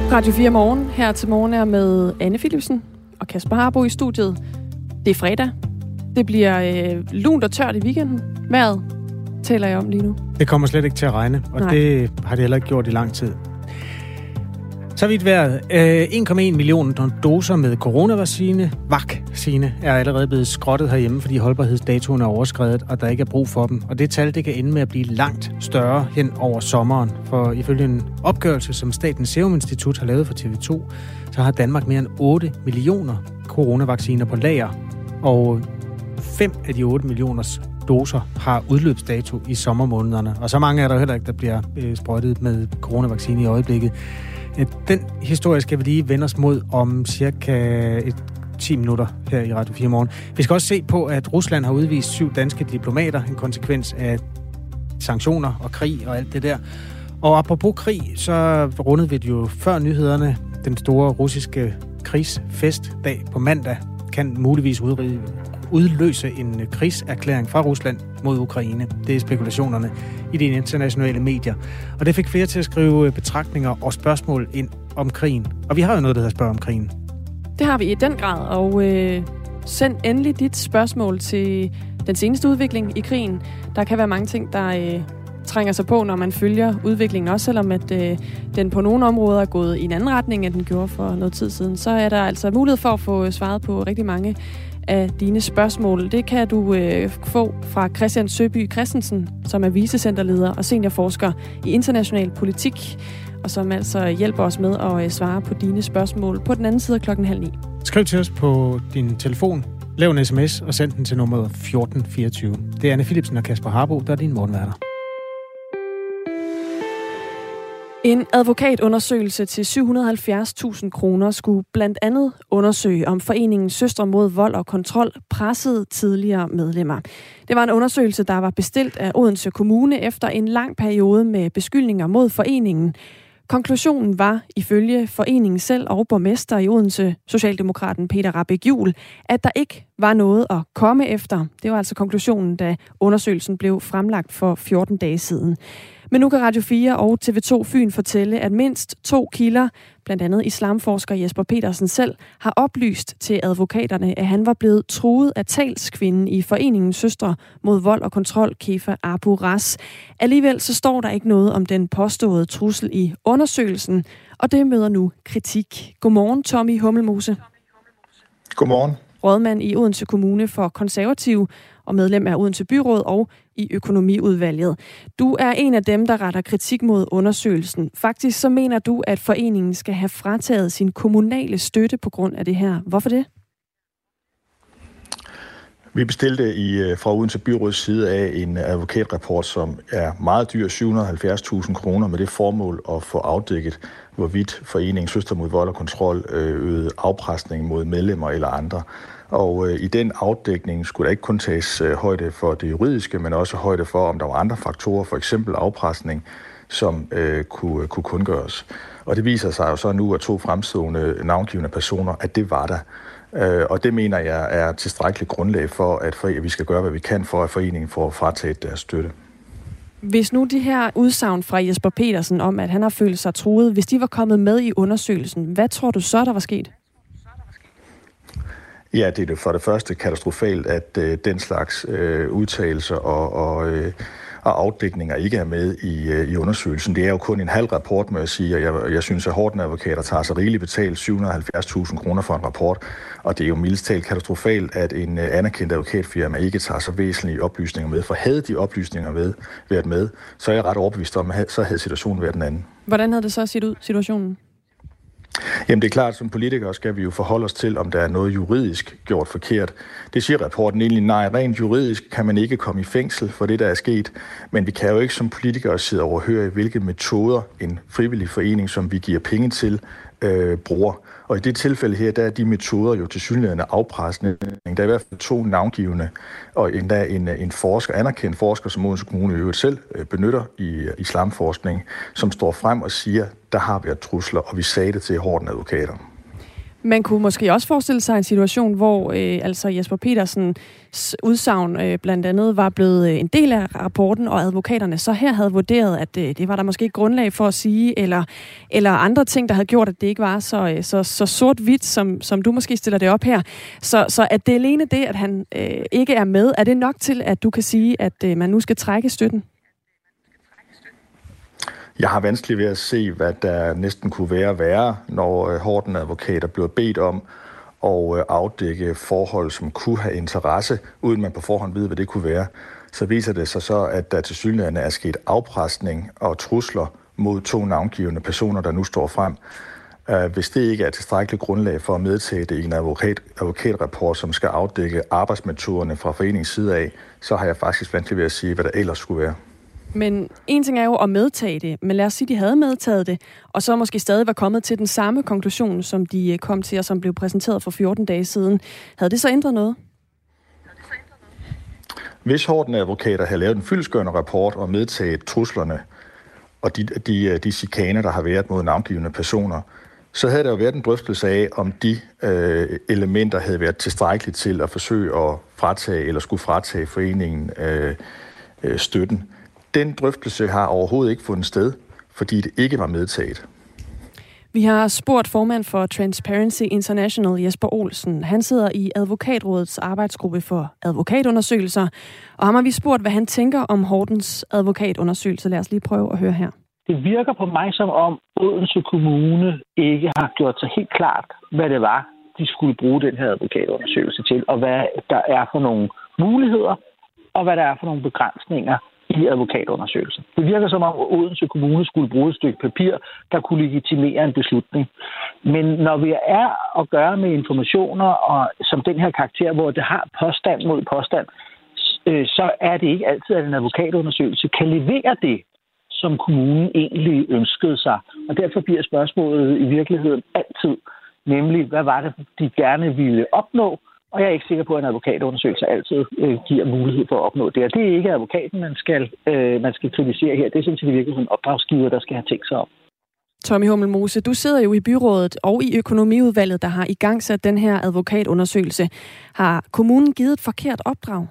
Radio 4 Morgen. Her til morgen er med Anne Philipsen og Kasper Harbo i studiet. Det er fredag. Det bliver lunt og tørt i weekenden. Vejret taler jeg om lige nu. Det kommer slet ikke til at regne, og det har det heller ikke gjort i lang tid. Så vidt været 1,1 millioner doser med coronavaccine er allerede blevet skrottet herhjemme, fordi holdbarhedsdatoen er overskredet, og der ikke er brug for dem. Og det tal, det kan ende med at blive langt større hen over sommeren. For ifølge en opgørelse, som Statens Serum Institut har lavet for TV2, så har Danmark mere end 8 millioner coronavacciner på lager. Og 5 af de 8 millioners doser har udløbsdato i sommermånederne. Og så mange er der heller ikke, der bliver sprøjtet med coronavaccine i øjeblikket. Den historie skal vi lige vende os mod om cirka 10 minutter her i Radio 4 Morgen. Vi skal også se på, at Rusland har udvist 7 danske diplomater, en konsekvens af sanktioner og krig og alt det der. Og apropos krig, så rundede vi det jo før nyhederne. Den store russiske krigsfestdag på mandag kan muligvis udløse en krigserklæring fra Rusland mod Ukraine. Det er spekulationerne i de internationale medier. Og det fik flere til at skrive betragtninger og spørgsmål ind om krigen. Og vi har jo noget, der hedder spørg om krigen. Det har vi i den grad, og send endelig dit spørgsmål til den seneste udvikling i krigen. Der kan være mange ting, der trænger sig på, når man følger udviklingen, også selvom at den på nogle områder er gået i en anden retning, end den gjorde for noget tid siden. Så er der altså mulighed for at få svaret på rigtig mange af dine spørgsmål. Det kan du få fra Christian Søby Christensen, som er vicecenterleder og seniorforsker i international politik, og som altså hjælper os med at svare på dine spørgsmål på den anden side af 8:30. Skriv til os på din telefon, lav en sms og send den til nummeret 1424. Det er Anne Philipsen og Kasper Harbo, der er dine morgenværter. En advokatundersøgelse til 770.000 kroner skulle blandt andet undersøge, om foreningen Søstre mod vold og kontrol pressede tidligere medlemmer. Det var en undersøgelse, der var bestilt af Odense Kommune efter en lang periode med beskyldninger mod foreningen. Konklusionen var, ifølge foreningen selv og borgmester i Odense, socialdemokraten Peter Rahbæk Juhl, at der ikke var noget at komme efter. Det var altså konklusionen, da undersøgelsen blev fremlagt for 14 dage siden. Men nu kan Radio 4 og TV2 Fyn fortælle, at mindst 2 kilder, blandt andet islamforsker Jesper Petersen selv, har oplyst til advokaterne, at han var blevet truet af talskvinden i foreningen Søstre mod vold og kontrol, Kefa Abu Ras. Alligevel så står der ikke noget om den påståede trussel i undersøgelsen, og det møder nu kritik. Godmorgen, Tommy Hummelmose. Godmorgen. Rådmand i Odense Kommune for Konservative og medlem af Odense Byråd og i økonomiudvalget. Du er en af dem, der retter kritik mod undersøgelsen. Faktisk så mener du, at foreningen skal have frataget sin kommunale støtte på grund af det her. Hvorfor det? Vi bestilte fra Odense Byråds side af en advokatrapport, som er meget dyr, 770.000 kroner, med det formål at få afdækket, hvorvidt foreningen Søstre mod vold og kontrol øgede afpresning mod medlemmer eller andre. Og i den afdækning skulle der ikke kun tages højde for det juridiske, men også højde for, om der var andre faktorer, for eksempel afpresning, som kunne kundgøres. Og det viser sig jo så nu af 2 fremstående navngivende personer, at det var der. Og det mener jeg er tilstrækkeligt grundlag for, at vi skal gøre, hvad vi kan for, at foreningen får frataget deres støtte. Hvis nu de her udsagn fra Jesper Petersen om, at han har følt sig truet, hvis de var kommet med i undersøgelsen, hvad tror du så, der var sket? Ja, det er for det første katastrofalt, at den slags udtalelser og afdækninger ikke er med i undersøgelsen. Det er jo kun en halv rapport, må jeg sige, og jeg synes, at Horten-advokater tager sig rigeligt betalt 770.000 kroner for en rapport, og det er jo mildest talt katastrofalt, at en anerkendt advokatfirma ikke tager så væsentlige oplysninger med, for havde de oplysninger været med, så er jeg ret overbevist om, at så havde situationen været den anden. Hvordan havde det så set ud, situationen? Jamen det er klart, at som politikere skal vi jo forholde os til, om der er noget juridisk gjort forkert. Det siger rapporten egentlig, nej, rent juridisk kan man ikke komme i fængsel for det, der er sket, men vi kan jo ikke som politikere sidde og overhøre, hvilke metoder en frivillig forening, som vi giver penge til, bruger. Og i det tilfælde her, der er de metoder jo tilsyneladende afpresning. Der er i hvert fald 2 navngivende, og endda en forsker, anerkendt forsker, som Odense Kommune i øvrigt selv benytter i islamforskning, som står frem og siger, der har været trusler, og vi sagde det til Horten-advokater. Man kunne måske også forestille sig en situation, hvor altså Jesper Petersens udsagn blandt andet var blevet en del af rapporten, og advokaterne så her havde vurderet, at det var der måske ikke grundlag for at sige, eller andre ting, der havde gjort, at det ikke var så sort-hvidt, som du måske stiller det op her. Så at det alene det, at han ikke er med, er det nok til, at du kan sige, at man nu skal trække støtten? Jeg har vanskeligt ved at se, hvad der næsten kunne være værre, når Horten advokater bliver bedt om at afdække forhold, som kunne have interesse, uden man på forhånd ved, hvad det kunne være. Så viser det sig så, at der tilsyneladende er sket afpresning og trusler mod 2 navngivende personer, der nu står frem. Hvis det ikke er tilstrækkeligt grundlag for at medtage det i en advokatrapport, som skal afdække arbejdsmetoderne fra foreningens side af, så har jeg faktisk vanskeligt ved at sige, hvad der ellers skulle være. Men en ting er jo at medtage det, men lad os sige, at de havde medtaget det, og så måske stadig var kommet til den samme konklusion, som de kom til, og som blev præsenteret for 14 dage siden. Havde det så ændret noget? Hvis Horten advokater havde lavet en fyldestgørende rapport og medtaget truslerne og de chikaner, der har været mod navngivende personer, så havde der jo været en drøftelse af, om de elementer havde været tilstrækkeligt til at forsøge at fratage eller skulle fratage foreningen støtten. Den drøftelse har overhovedet ikke fundet sted, fordi det ikke var medtaget. Vi har spurgt formand for Transparency International, Jesper Olsen. Han sidder i Advokatrådets arbejdsgruppe for advokatundersøgelser, og ham har vi spurgt, hvad han tænker om Hortens advokatundersøgelse. Lad os lige prøve at høre her. Det virker på mig som om Odense Kommune ikke har gjort sig helt klart, hvad det var, de skulle bruge den her advokatundersøgelse til, og hvad der er for nogle muligheder, og hvad der er for nogle begrænsninger i advokatundersøgelser. Det virker som om Odense Kommune skulle bruge et stykke papir, der kunne legitimere en beslutning. Men når vi er at gøre med informationer og som den her karakter, hvor det har påstand mod påstand, så er det ikke altid, at en advokatundersøgelse kan levere det, som kommunen egentlig ønskede sig. Og derfor bliver spørgsmålet i virkeligheden altid, nemlig hvad var det, de gerne ville opnå. Og jeg er ikke sikker på, at en advokatundersøgelse altid giver mulighed for at opnå det. Og det er ikke advokaten, man skal kritisere her. Det er sådan set i virkeligheden opdragsgiver, der skal have tænkt sig om. Tommy Hummelmose, du sidder jo i byrådet og i økonomiudvalget, der har igangsat den her advokatundersøgelse. Har kommunen givet et forkert opdrag?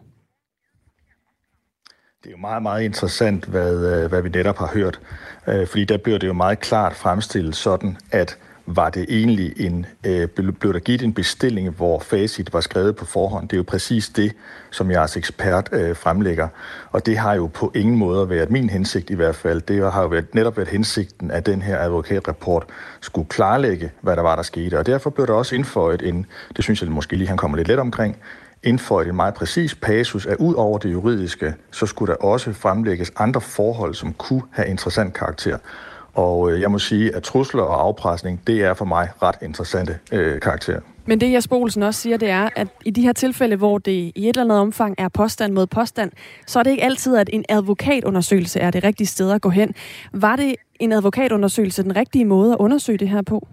Det er jo meget, meget interessant, hvad vi netop har hørt. Fordi der bliver det jo meget klart fremstillet sådan, at var det egentlig blev der givet en bestilling, hvor facit var skrevet på forhånd. Det er jo præcis det, som jeres ekspert fremlægger. Og det har jo på ingen måde været min hensigt i hvert fald. Det har jo netop været hensigten, at den her advokatrapport skulle klarlægge, hvad der var, der skete. Og derfor blev der også indføjet det synes jeg måske lige, han kommer lidt let omkring, indføjet en meget præcis passus, at ud over det juridiske, så skulle der også fremlægges andre forhold, som kunne have interessant karakter. Og jeg må sige, at trusler og afpresning, det er for mig ret interessante karakterer. Men det Jesper Olsen også siger, det er, at i de her tilfælde, hvor det i et eller andet omfang er påstand mod påstand, så er det ikke altid, at en advokatundersøgelse er det rigtige sted at gå hen. Var det en advokatundersøgelse den rigtige måde at undersøge det her på?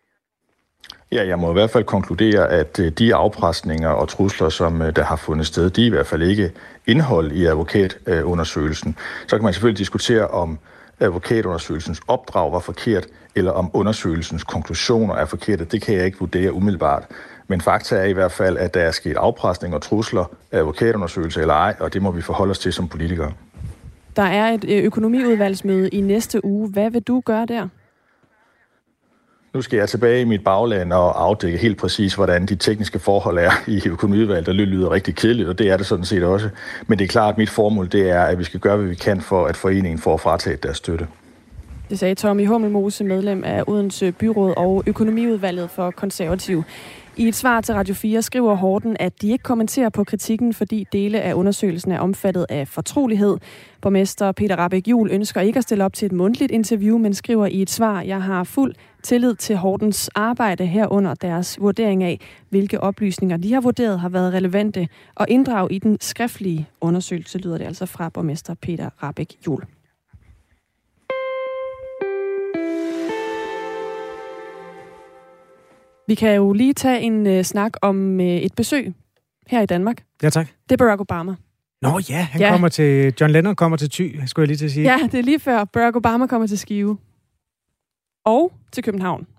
Ja, jeg må i hvert fald konkludere, at de afpresninger og trusler, som der har fundet sted, de er i hvert fald ikke indhold i advokatundersøgelsen. Så kan man selvfølgelig diskutere, om advokatundersøgelsens opdrag var forkert, eller om undersøgelsens konklusioner er forkerte. Det kan jeg ikke vurdere umiddelbart. Men fakta er i hvert fald, at der er sket afpresning og trusler, advokatundersøgelse eller ej, og det må vi forholde os til som politikere. Der er et økonomiudvalgsmøde i næste uge. Hvad vil du gøre der? Nu skal jeg tilbage i mit bagland og afdække helt præcis, hvordan de tekniske forhold er i økonomiudvalget. Der lyder rigtig kedeligt, og det er det sådan set også. Men det er klart, at mit formål det er, at vi skal gøre, hvad vi kan for, at foreningen får frataget deres støtte. Det sagde Tommy Hummelmose, medlem af Odense Byråd og økonomiudvalget for Konservativ. I et svar til Radio 4 skriver Horten, at de ikke kommenterer på kritikken, fordi dele af undersøgelsen er omfattet af fortrolighed. Borgmester Peter Rahbæk Juhl ønsker ikke at stille op til et mundtligt interview, men skriver i et svar, jeg har fuld tillid til Hortens arbejde herunder deres vurdering af, hvilke oplysninger de har vurderet har været relevante og inddrag i den skriftlige undersøgelse, lyder det altså fra borgmester Peter Rahbæk Juhl. Vi kan jo lige tage en snak om et besøg her i Danmark. Ja, tak. Det er Barack Obama. Nå ja, kommer til... John Lennon kommer til Thy, skulle jeg lige til at sige. Ja, det er lige før Barack Obama kommer til Skive. Og til København.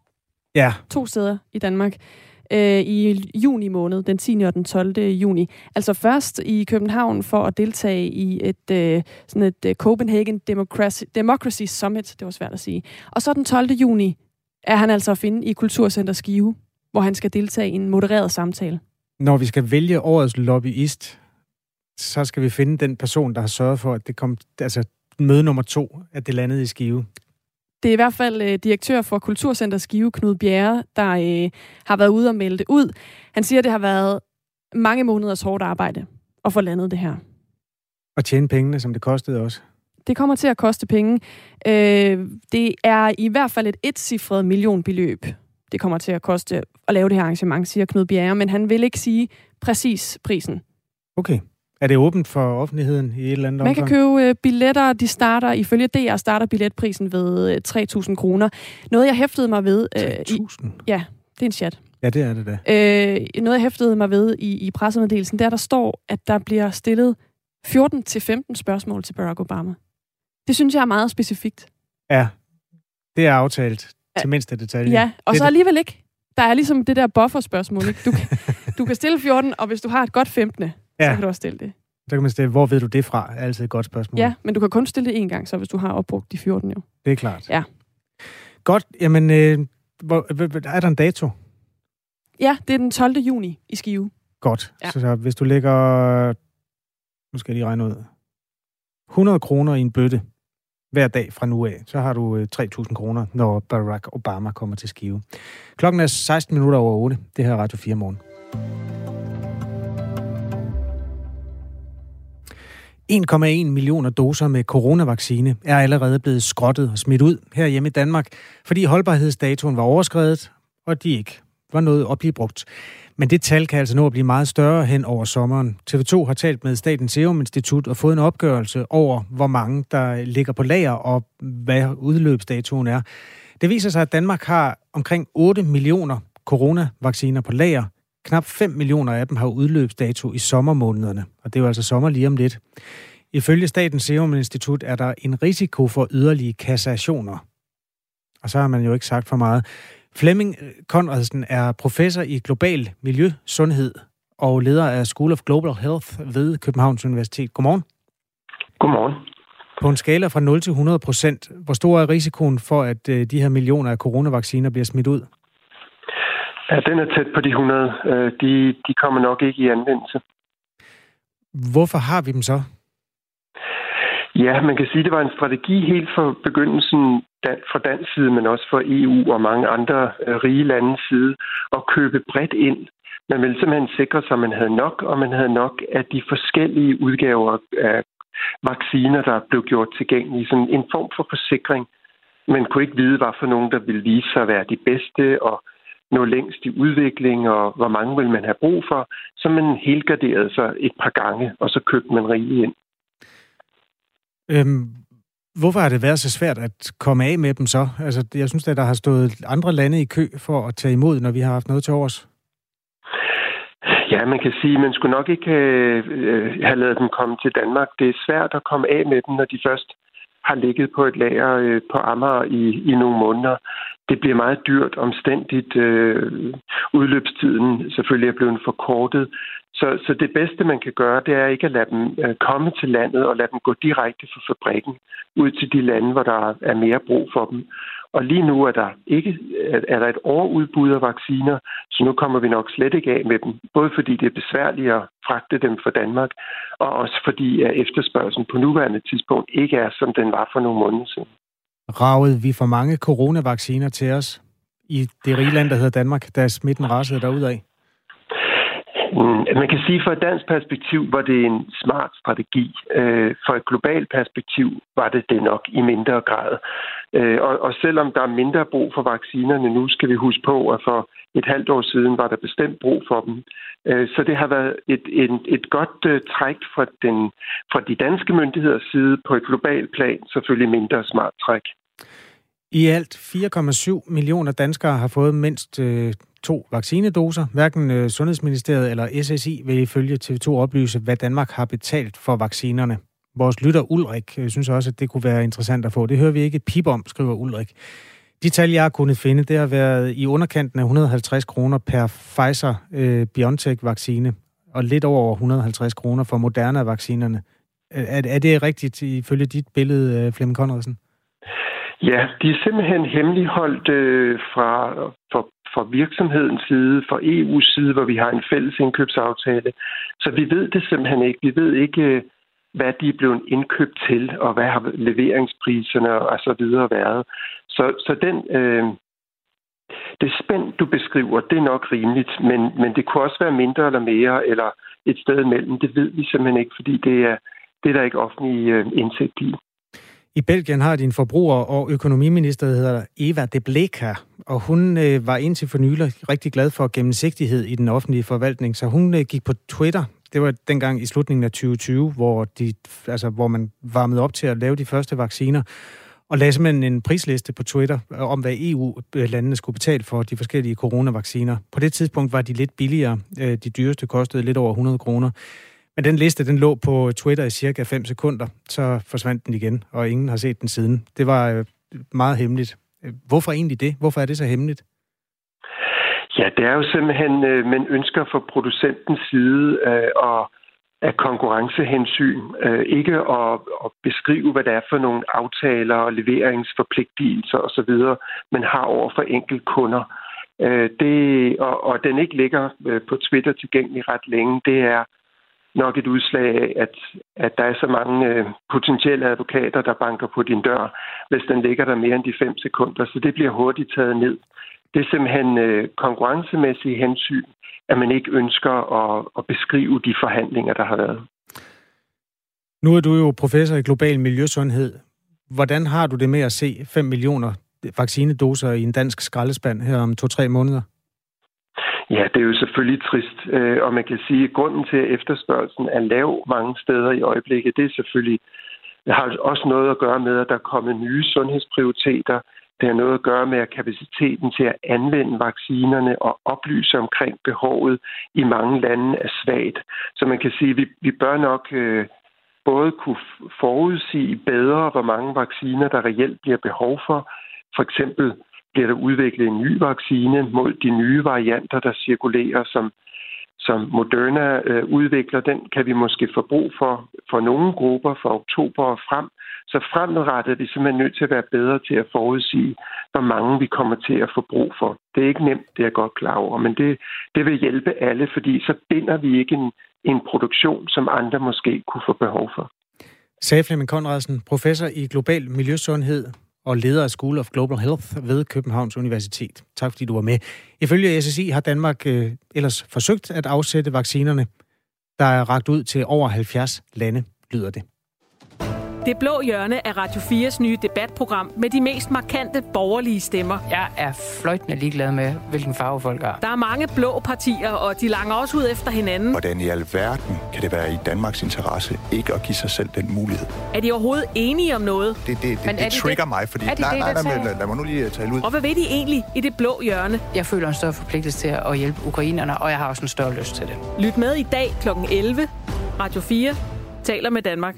Ja. 2 steder i Danmark. I juni måned, den 10. og den 12. juni. Altså først i København for at deltage i et Copenhagen Democracy Summit, det var svært at sige. Og så den 12. juni er han altså at finde i Kulturcenter Skive, hvor han skal deltage i en modereret samtale. Når vi skal vælge årets lobbyist, så skal vi finde den person, der har sørget for, at det kom, altså møde nummer 2, at det landede i Skive. Det er i hvert fald direktør for Kulturcenter Skive, Knud Bjerre, der har været ude og melde det ud. Han siger, at det har været mange måneders hårdt arbejde at få landet det her. Og tjene pengene, som det kostede også. Det kommer til at koste penge. Det er i hvert fald et etcifret millionbeløb, det kommer til at koste at lave det her arrangement, siger Knud Bjerre, men han vil ikke sige præcis prisen. Okay. Er det åbent for offentligheden i et eller andet omfang? Man kan købe billetter, de starter, ifølge DR starter billetprisen ved 3.000 kroner. Noget jeg hæftede mig ved... 3.000? Ja, det er en chat. Ja, det er det da. Noget jeg hæftede mig ved i pressemeddelelsen, der står, at der bliver stillet 14-15 spørgsmål til Barack Obama. Det synes jeg er meget specifikt. Ja, det er aftalt til mindste detalje. Ja, og så alligevel ikke. Der er ligesom det der bufferspørgsmål, ikke? Du kan stille 14, og hvis du har et godt 15. Så kan du også stille det. Så kan man stille, hvor ved du det fra? Er altid et godt spørgsmål. Ja, men du kan kun stille det 1 gang, så hvis du har opbrugt de 14 jo. Det er klart. Ja. Godt, jamen, er der en dato? Ja, det er den 12. juni i Skive. Godt, ja. Så hvis du lægger, nu skal jeg lige regne ud, 100 kroner i en bøtte hver dag fra nu af, så har du 3.000 kroner, når Barack Obama kommer til Skive. Klokken er 16 minutter over 8. Det her er Radio 4 morgen. 1,1 millioner doser med coronavaccine er allerede blevet skrottet og smidt ud her hjemme i Danmark, fordi holdbarhedsdatoen var overskredet, og de ikke var nået at blive brugt. Men det tal kan altså nå at blive meget større hen over sommeren. TV2 har talt med Statens Serum Institut og fået en opgørelse over, hvor mange der ligger på lager og hvad udløbsdatoen er. Det viser sig, at Danmark har omkring 8 millioner coronavacciner på lager. Knap 5 millioner af dem har udløbsdato i sommermånederne, og det er jo altså sommer lige om lidt. Ifølge Statens Serum Institut er der en risiko for yderligere kassationer. Og så har man jo ikke sagt for meget. Flemming Conradsen er professor i global miljøsundhed og leder af School of Global Health ved Københavns Universitet. Godmorgen. Godmorgen. På en skala fra 0 til 100%, hvor stor er risikoen for, at de her millioner af coronavacciner bliver smidt ud? Ja, den er tæt på de 100. De kommer nok ikke i anvendelse. Hvorfor har vi dem så? Ja, man kan sige, at det var en strategi helt fra begyndelsen fra dansk side, men også fra EU og mange andre rige landes side, at købe bredt ind. Man ville simpelthen sikre sig, at man havde nok, og man havde nok af de forskellige udgaver af vacciner, der blev gjort tilgængelige. Sådan en form for forsikring. Man kunne ikke vide, hvad for nogen, der ville vise sig at være de bedste, og nå længst i udvikling, og hvor mange vil man have brug for, så man helgarderede sig et par gange, og så købte man rigeligt ind. Hvorfor har det været så svært at komme af med dem så? Altså, jeg synes, at der har stået andre lande i kø for at tage imod, når vi har haft noget til overs. Ja, man kan sige, at man skulle nok ikke have ladet dem komme til Danmark. Det er svært at komme af med dem, når de først har ligget på et lager på Amager i nogle måneder. Det bliver meget dyrt, omstændigt. Udløbstiden selvfølgelig er blevet forkortet. Så det bedste, man kan gøre, det er ikke at lade dem komme til landet og lade dem gå direkte fra fabrikken ud til de lande, hvor der er mere brug for dem. Og lige nu er der et overudbud af vacciner, så nu kommer vi nok slet ikke af med dem. Både fordi det er besværligt at fragte dem fra Danmark, og også fordi at efterspørgslen på nuværende tidspunkt ikke er, som den var for nogle måneder siden. Ragede vi for mange coronavacciner til os i det rige land, der hedder Danmark, da smitten rasede derudad? Man kan sige, at fra et dansk perspektiv var det en smart strategi. For et globalt perspektiv var det nok i mindre grad. Og selvom der er mindre brug for vaccinerne nu, skal vi huske på, at for et halvt år siden var der bestemt brug for dem. Så det har været et godt træk fra de danske myndigheders side på et globalt plan, selvfølgelig mindre smart træk. I alt 4,7 millioner danskere har fået mindst 2 vaccinedoser. Hverken Sundhedsministeriet eller SSI vil ifølge TV2 oplyse, hvad Danmark har betalt for vaccinerne. Vores lytter Ulrik synes også, at det kunne være interessant at få. Det hører vi ikke et pip om, skriver Ulrik. De tal, jeg har kunnet finde, det har været i underkanten af 150 kroner per Pfizer-BioNTech-vaccine, og lidt over 150 kroner for Moderna-vaccinerne. Er det rigtigt ifølge dit billede, Flemming Conradsen? Ja, de er simpelthen hemmeligholdt fra virksomhedens side, fra EU's side, hvor vi har en fælles indkøbsaftale. Så vi ved det simpelthen ikke. Vi ved ikke, hvad de er blevet indkøbt til, og hvad har leveringspriserne og så videre været. Så det spænd, du beskriver, det er nok rimeligt, men det kunne også være mindre eller mere, eller et sted imellem. Det ved vi simpelthen ikke, fordi det er der ikke offentlig indsigt i. I Belgien har de en forbruger- og økonomiminister, der hedder Eva de Bleker, og hun var indtil for nylig rigtig glad for gennemsigtighed i den offentlige forvaltning, så hun gik på Twitter. Det var dengang i slutningen af 2020, hvor man varmede op til at lave de første vacciner, og lagde simpelthen en prisliste på Twitter om, hvad EU-landene skulle betale for de forskellige coronavacciner. På det tidspunkt var de lidt billigere. De dyreste kostede lidt over 100 kroner. Men den liste, den lå på Twitter i cirka 5 sekunder, så forsvandt den igen, og ingen har set den siden. Det var meget hemmeligt. Hvorfor egentlig det? Hvorfor er det så hemmeligt? Ja, det er jo simpelthen, man ønsker fra producentens side og af konkurrencehensyn ikke at beskrive, hvad det er for nogle aftaler og leveringsforpligtelser osv., man har over for enkelte kunder. Og den ikke ligger på Twitter tilgængelig ret længe, det er nok et udslag af, at der er så mange potentielle advokater, der banker på din dør, hvis den ligger der mere end de 5 sekunder. Så det bliver hurtigt taget ned. Det er simpelthen konkurrencemæssige hensyn, at man ikke ønsker at beskrive de forhandlinger, der har været. Nu er du jo professor i global miljøsundhed. Hvordan har du det med at se 5 millioner vaccinedoser i en dansk skraldespand her om 2-3 måneder? Ja, det er jo selvfølgelig trist, og man kan sige, at grunden til, at efterspørgselen er lav mange steder i øjeblikket, det er selvfølgelig, det har også noget at gøre med, at der er kommet nye sundhedsprioriteter. Det har noget at gøre med, at kapaciteten til at anvende vaccinerne og oplyse omkring behovet i mange lande er svagt. Så man kan sige, at vi bør nok både kunne forudsige bedre, hvor mange vacciner, der reelt bliver behov for. For eksempel bliver der udviklet en ny vaccine mod de nye varianter, der cirkulerer, som Moderna udvikler. Den kan vi måske få brug for nogle grupper fra oktober og frem. Så fremadrettet er vi simpelthen nødt til at være bedre til at forudsige, hvor mange vi kommer til at få brug for. Det er ikke nemt, det er jeg godt klar over, men det vil hjælpe alle, fordi så binder vi ikke en produktion, som andre måske kunne få behov for. Sagde Flemming Conradsen, professor i global miljøsundhed og leder af School of Global Health ved Københavns Universitet. Tak fordi du var med. Ifølge SSI har Danmark ellers forsøgt at afsætte vaccinerne, der er rakt ud til over 70 lande, lyder det. Det blå hjørne er Radio 4's nye debatprogram med de mest markante borgerlige stemmer. Jeg er fløjtende ligeglad med, hvilken farve folk har. Der er mange blå partier, og de langer også ud efter hinanden. Hvordan i alverden kan det være i Danmarks interesse ikke at give sig selv den mulighed? Er de overhovedet enige om noget? Det trigger mig, fordi lad mig nu lige tale ud. Og hvad ved de egentlig i det blå hjørne? Jeg føler en større forpligtelse til at hjælpe ukrainerne, og jeg har også en større lyst til det. Lyt med i dag kl. 11. Radio 4 taler med Danmark.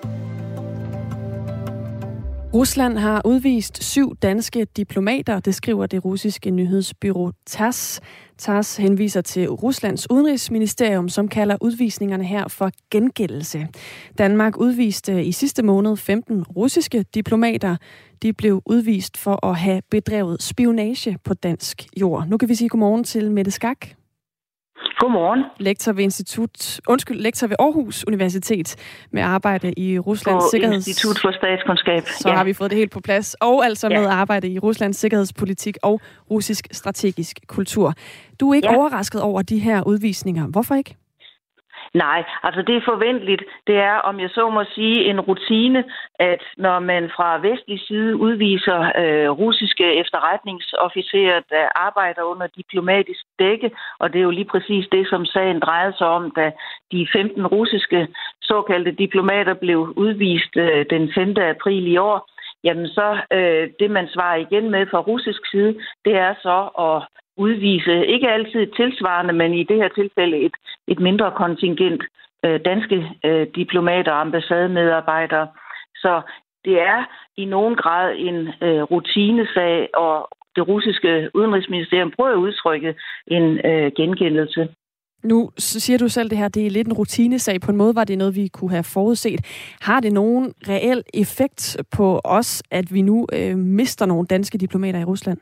Rusland har udvist 7 danske diplomater, det skriver det russiske nyhedsbyrå TASS. TASS henviser til Ruslands udenrigsministerium, som kalder udvisningerne her for gengældelse. Danmark udviste i sidste måned 15 russiske diplomater. De blev udvist for at have bedrevet spionage på dansk jord. Nu kan vi sige godmorgen til Mette Skak. Godmorgen. Lektor ved Aarhus Universitet med arbejde i Ruslands Institut for Statskundskab. Så har vi fået det helt på plads. Og altså med arbejde i Ruslands sikkerhedspolitik og russisk strategisk kultur. Du er ikke overrasket over de her udvisninger. Hvorfor ikke? Nej, altså det er forventeligt. Det er, om jeg så må sige, en rutine, at når man fra vestlig side udviser russiske efterretningsofficerer, der arbejder under diplomatisk dække, og det er jo lige præcis det, som sagen drejede sig om, da de 15 russiske såkaldte diplomater blev udvist den 5. april i år, jamen så det, man svarer igen med fra russisk side, det er så at udvise, ikke altid tilsvarende, men i det her tilfælde et mindre kontingent danske diplomater og ambassademedarbejdere. Så det er i nogen grad en rutinesag, og det russiske udenrigsministerium prøver at udtrykke en genkendelse. Nu siger du selv det her, det er lidt en rutinesag. På en måde var det noget, vi kunne have forudset. Har det nogen reel effekt på os, at vi nu mister nogle danske diplomater i Rusland?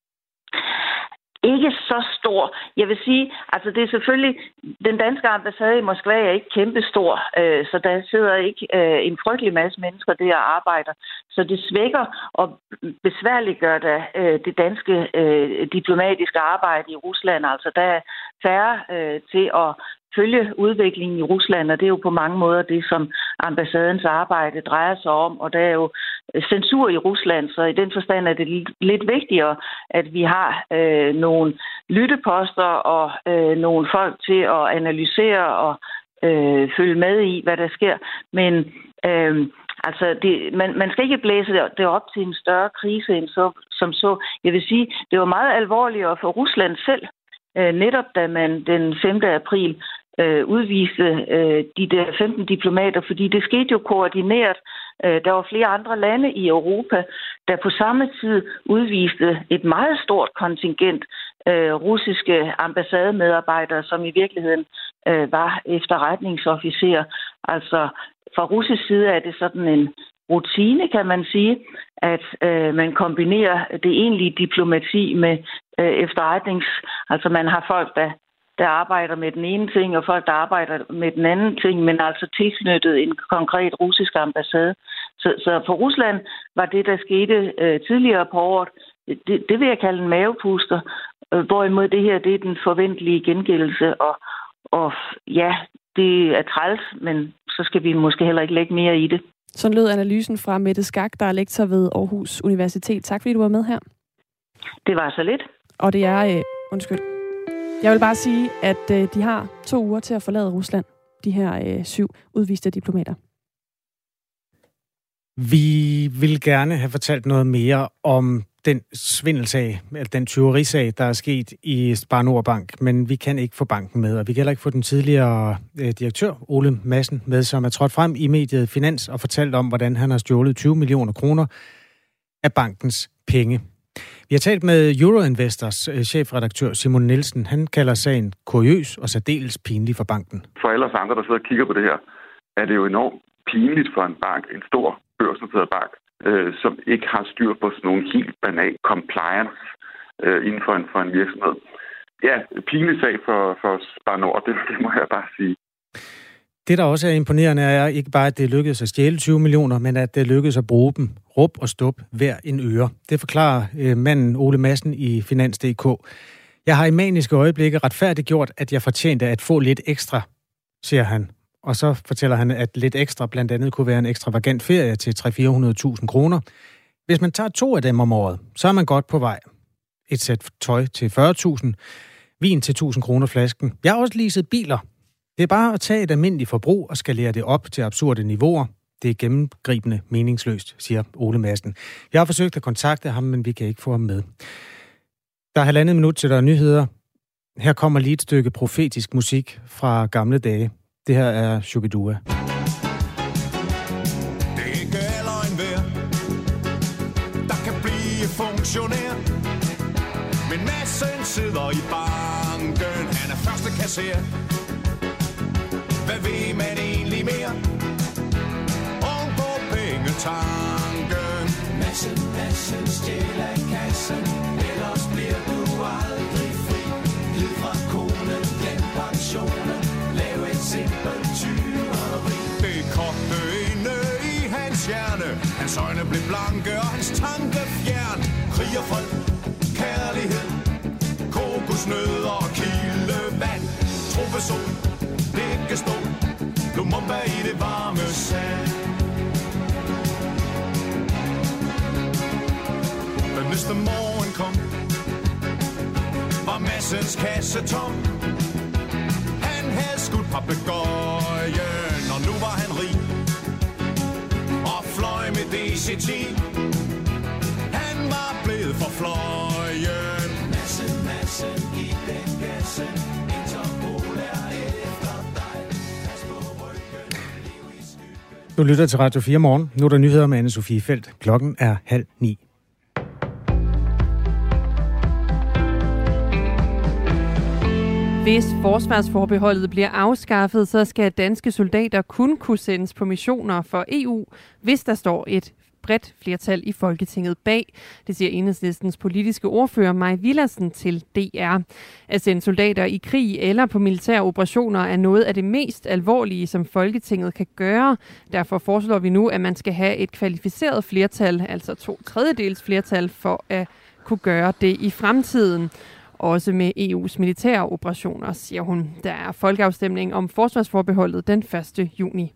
Ikke så stor. Jeg vil sige, altså det er selvfølgelig, den danske ambassade i Moskva er ikke kæmpestor, så der sidder ikke en frygtelig masse mennesker der og arbejder. Så det svækker og besværliggør det danske diplomatiske arbejde i Rusland. Altså der er færre til at følge udviklingen i Rusland, og det er jo på mange måder det, som ambassadens arbejde drejer sig om, og der er jo censur i Rusland, så i den forstand er det lidt vigtigere, at vi har nogle lytteposter og nogle folk til at analysere og følge med i, hvad der sker. Men altså man skal ikke blæse det op til en større krise end som så. Jeg vil sige, det var meget alvorligere for Rusland selv, netop da man den 5. april udviste de der 15 diplomater, fordi det skete jo koordineret. Der var flere andre lande i Europa, der på samme tid udviste et meget stort kontingent russiske ambassademedarbejdere, som i virkeligheden var efterretningsofficerer. Altså fra russisk side er det sådan en rutine, kan man sige, at man kombinerer det egentlige diplomati med altså man har folk, der arbejder med den ene ting, og folk, der arbejder med den anden ting, men altså tilknyttet en konkret russisk ambassade. Så for Rusland var det, der skete tidligere på året, det vil jeg kalde en mavepuster, hvorimod det her, det er den forventelige gengældelse, og ja, det er træls, men så skal vi måske heller ikke lægge mere i det. Sådan lød analysen fra Mette Skak, der er lektor ved Aarhus Universitet. Tak fordi du var med her. Det var så lidt. Og det er... undskyld. Jeg vil bare sige, at de har 2 uger til at forlade Rusland, de her 7 udviste diplomater. Vi vil gerne have fortalt noget mere om den svindelsag, eller den tyverisag, der er sket i Spar Nord Bank, men vi kan ikke få banken med, og vi kan heller ikke få den tidligere direktør, Ole Madsen, med, som er trådt frem i mediet Finans og fortalt om, hvordan han har stjålet 20 millioner kroner af bankens penge. Vi har talt med Euroinvestors chefredaktør Simon Nielsen. Han kalder sagen kuriøs og særdeles pinlig for banken. For alle os andre, der sidder og kigger på det her, er det jo enormt pinligt for en bank, en stor børsnoteret bank, som ikke har styr på sådan nogle helt banal compliance inden for en virksomhed. Ja, pinlig sag for Spar Nord, det må jeg bare sige. Det, der også er imponerende, er ikke bare, at det lykkedes at stjæle 20 millioner, men at det lykkedes at bruge dem rup og stup hver en øre. Det forklarer manden Ole Madsen i Finans.dk. Jeg har i maniske øjeblikke retfærdigt gjort, at jeg fortjente at få lidt ekstra, siger han. Og så fortæller han, at lidt ekstra blandt andet kunne være en ekstravagant ferie til 300-400.000 kroner. Hvis man tager 2 af dem om året, så er man godt på vej. Et sæt tøj til 40.000, vin til 1.000 kroner flasken. Jeg har også leaset biler. Det er bare at tage et almindeligt forbrug og skalere det op til absurde niveauer. Det er gennemgribende meningsløst, siger Ole Madsen. Jeg har forsøgt at kontakte ham, men vi kan ikke få ham med. Der er 1,5 minut til der er nyheder. Her kommer lige et stykke profetisk musik fra gamle dage. Det her er Shubidua. Det er ikke alle enhver, der kan blive funktionær. Men Madsen sidder i banken, han er første kasser. Hvad ved man egentlig mere om på pengetanken? Madsen stjæler kassen, ellers bliver du aldrig fri. Lid fra konen, glem pensionen, lav et simpelt tyveri. Det kogte inde i hans hjerne, hans øjne blev blanke og hans tanke fjern. Krig og fred, kærlighed, kokosnødder og kildevand. Trofesol, ikke stå, Lumumba i det varme sand. Den næste morgen kom, var Madsens kasse tom. Han havde skudt papegøjen, og nu var han rig og fløj med DC-10. Han var blevet for fløjen. Madsen i den kasse. Du lytter til Radio 4 morgen. Nu er der nyheder med Anne-Sophie Feldt. Klokken er 8:30. Hvis forsvarsforbeholdet bliver afskaffet, så skal danske soldater kun kunne sendes på missioner for EU, hvis der står et bredt flertal i Folketinget bag. Det siger Enhedslistens politiske ordfører Mai Villadsen til DR. At sende soldater i krig eller på militære operationer er noget af det mest alvorlige, som Folketinget kan gøre. Derfor foreslår vi nu, at man skal have et kvalificeret flertal, altså 2/3 flertal, for at kunne gøre det i fremtiden. Også med EU's militære operationer, siger hun. Der er folkeafstemning om forsvarsforbeholdet den 1. juni.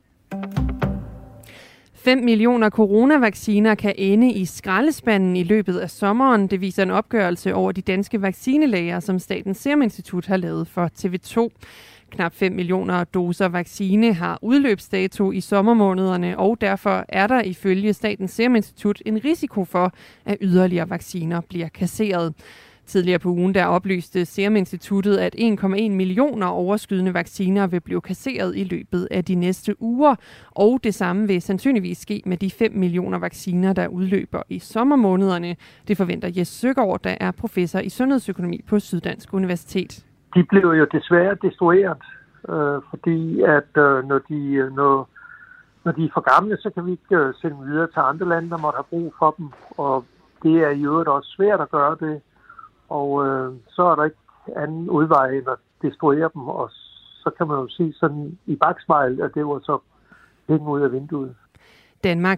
5 millioner coronavacciner kan ende i skraldespanden i løbet af sommeren. Det viser en opgørelse over de danske vaccinelager, som Statens Serum Institut har lavet for TV2. Knap 5 millioner doser vaccine har udløbsdato i sommermånederne, og derfor er der ifølge Statens Serum Institut en risiko for, at yderligere vacciner bliver kasseret. Tidligere på ugen der oplyste Serum Instituttet, at 1,1 millioner overskydende vacciner vil blive kasseret i løbet af de næste uger, og det samme vil sandsynligvis ske med de 5 millioner vacciner, der udløber i sommermånederne. Det forventer Jes Søgaard, der er professor i sundhedsøkonomi på Syddansk Universitet. De blev jo desværre destrueret, fordi at når de er for gamle, så kan vi ikke sende dem videre til andre lande, der måtte have brug for dem, og det er i øvrigt også svært at gøre det. Og så er der ikke anden udvej end at destruere dem, og så kan man jo sige sådan i bakspejl, at det var så penge ud af vinduet. Danmark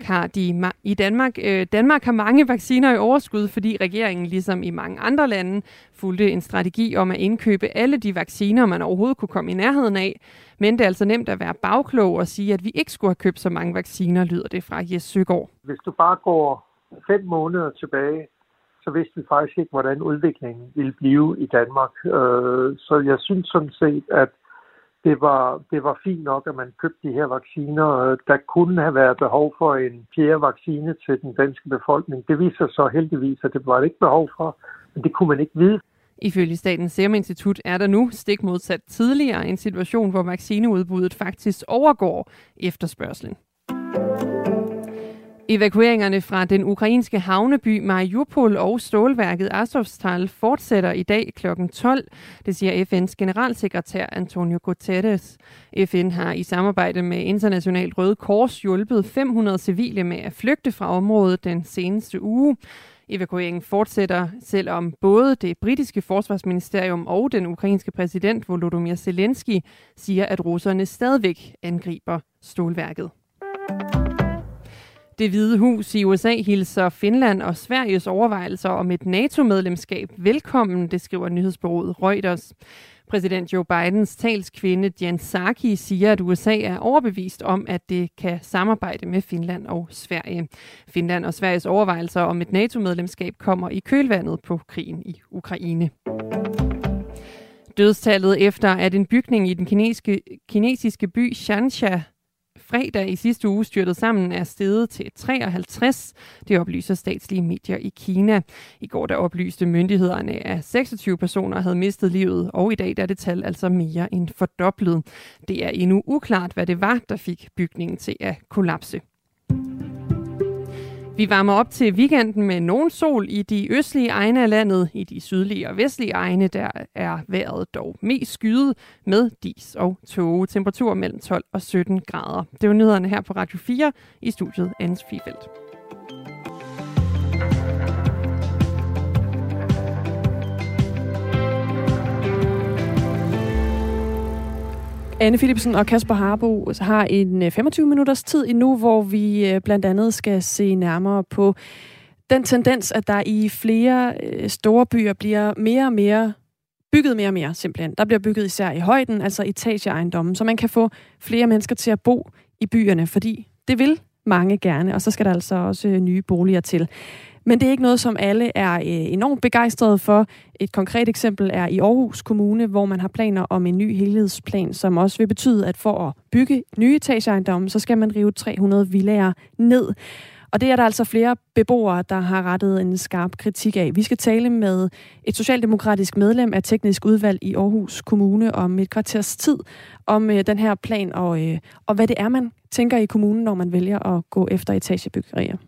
har mange vacciner i overskud, fordi regeringen, ligesom i mange andre lande, fulgte en strategi om at indkøbe alle de vacciner, man overhovedet kunne komme i nærheden af. Men det er altså nemt at være bagklog og sige, at vi ikke skulle have købt så mange vacciner, lyder det fra Jes Søgaard. Hvis du bare går 5 måneder tilbage, så vidste vi faktisk ikke, hvordan udviklingen ville blive i Danmark. Så jeg synes sådan set, at det var fint nok, at man købte de her vacciner. Der kunne have været behov for en 4. vaccine til den danske befolkning. Det viser så heldigvis, at det var ikke behov for, men det kunne man ikke vide. Ifølge Statens Serum Institut er der nu, stik modsat tidligere, en situation, hvor vaccineudbuddet faktisk overgår efterspørgslen. Evakueringerne fra den ukrainske havneby Mariupol og stålværket Azovstal fortsætter i dag kl. 12. Det siger FN's generalsekretær Antonio Guterres. FN har i samarbejde med Internationalt Røde Kors hjulpet 500 civile med at flygte fra området den seneste uge. Evakueringen fortsætter, selvom både det britiske forsvarsministerium og den ukrainske præsident Volodymyr Zelensky siger, at russerne stadigvæk angriber stålværket. Det Hvide Hus i USA hilser Finland og Sveriges overvejelser om et NATO-medlemskab velkommen, det skriver nyhedsbureauet Reuters. Præsident Joe Bidens talskvinde Jen Psaki siger, at USA er overbevist om, at det kan samarbejde med Finland og Sverige. Finland og Sveriges overvejelser om et NATO-medlemskab kommer i kølvandet på krigen i Ukraine. Dødstallet efter, at en bygning i den kinesiske by Shansha fredag i sidste uge styrtede sammen er steget til 53. Det oplyser statslige medier i Kina. I går der oplyste myndighederne, at 26 personer havde mistet livet, og i dag er det tal altså mere end fordoblet. Det er endnu uklart, hvad det var, der fik bygningen til at kollapse. Vi varmer op til weekenden med nogen sol i de østlige egne af landet. I de sydlige og vestlige egne, der er vejret dog mest skyet med dis og tåge. Temperaturer mellem 12 og 17 grader. Det var nyhederne her på Radio 4 i studiet Anne-Sophie Feldt. Anne Philipsen og Kasper Harbo har en 25 minutters tid endnu, hvor vi blandt andet skal se nærmere på den tendens, at der i flere store byer bliver bygget mere og mere simpelthen. Der bliver bygget især i højden, altså etageejendommen, så man kan få flere mennesker til at bo i byerne, fordi det vil mange gerne, og så skal der altså også nye boliger til. Men det er ikke noget, som alle er enormt begejstrede for. Et konkret eksempel er i Aarhus Kommune, hvor man har planer om en ny helhedsplan, som også vil betyde, at for at bygge nye etageejendomme, så skal man rive 300 villaer ned. Og det er der altså flere beboere, der har rettet en skarp kritik af. Vi skal tale med et socialdemokratisk medlem af teknisk udvalg i Aarhus Kommune om et kvarters tid, om den her plan og hvad det er, man tænker i kommunen, når man vælger at gå efter etagebyggerier.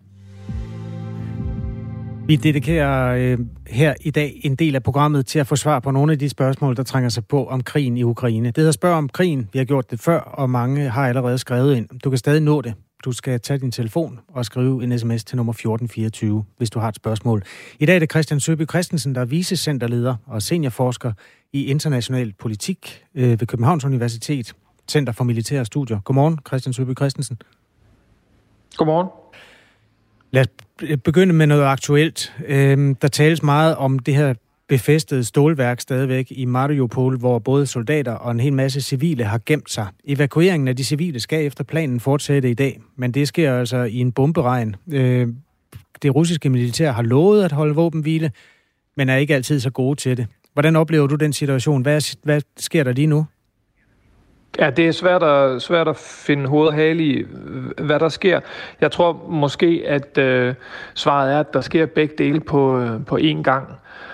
Vi dedikerer her i dag en del af programmet til at få svar på nogle af de spørgsmål, der trænger sig på om krigen i Ukraine. Det hedder Spørg om krigen. Vi har gjort det før, og mange har allerede skrevet ind. Du kan stadig nå det. Du skal tage din telefon og skrive en sms til nummer 1424, hvis du har et spørgsmål. I dag er det Christian Søby Christensen, der er vicecenterleder og seniorforsker i international politik ved Københavns Universitet, Center for Militære Studier. Godmorgen, Christian Søby Christensen. Godmorgen. Lad os begynde med noget aktuelt. Der tales meget om det her befæstede stålværk stadigvæk i Mariupol, hvor både soldater og en hel masse civile har gemt sig. Evakueringen af de civile skal efter planen fortsætte i dag, men det sker altså i en bomberegn. Det russiske militær har lovet at holde våbenhvile, men er ikke altid så gode til det. Hvordan oplever du den situation? Hvad sker der lige nu? Ja, det er svært at finde hoved og hale i, hvad der sker. Jeg tror måske, at svaret er, at der sker begge dele på én gang.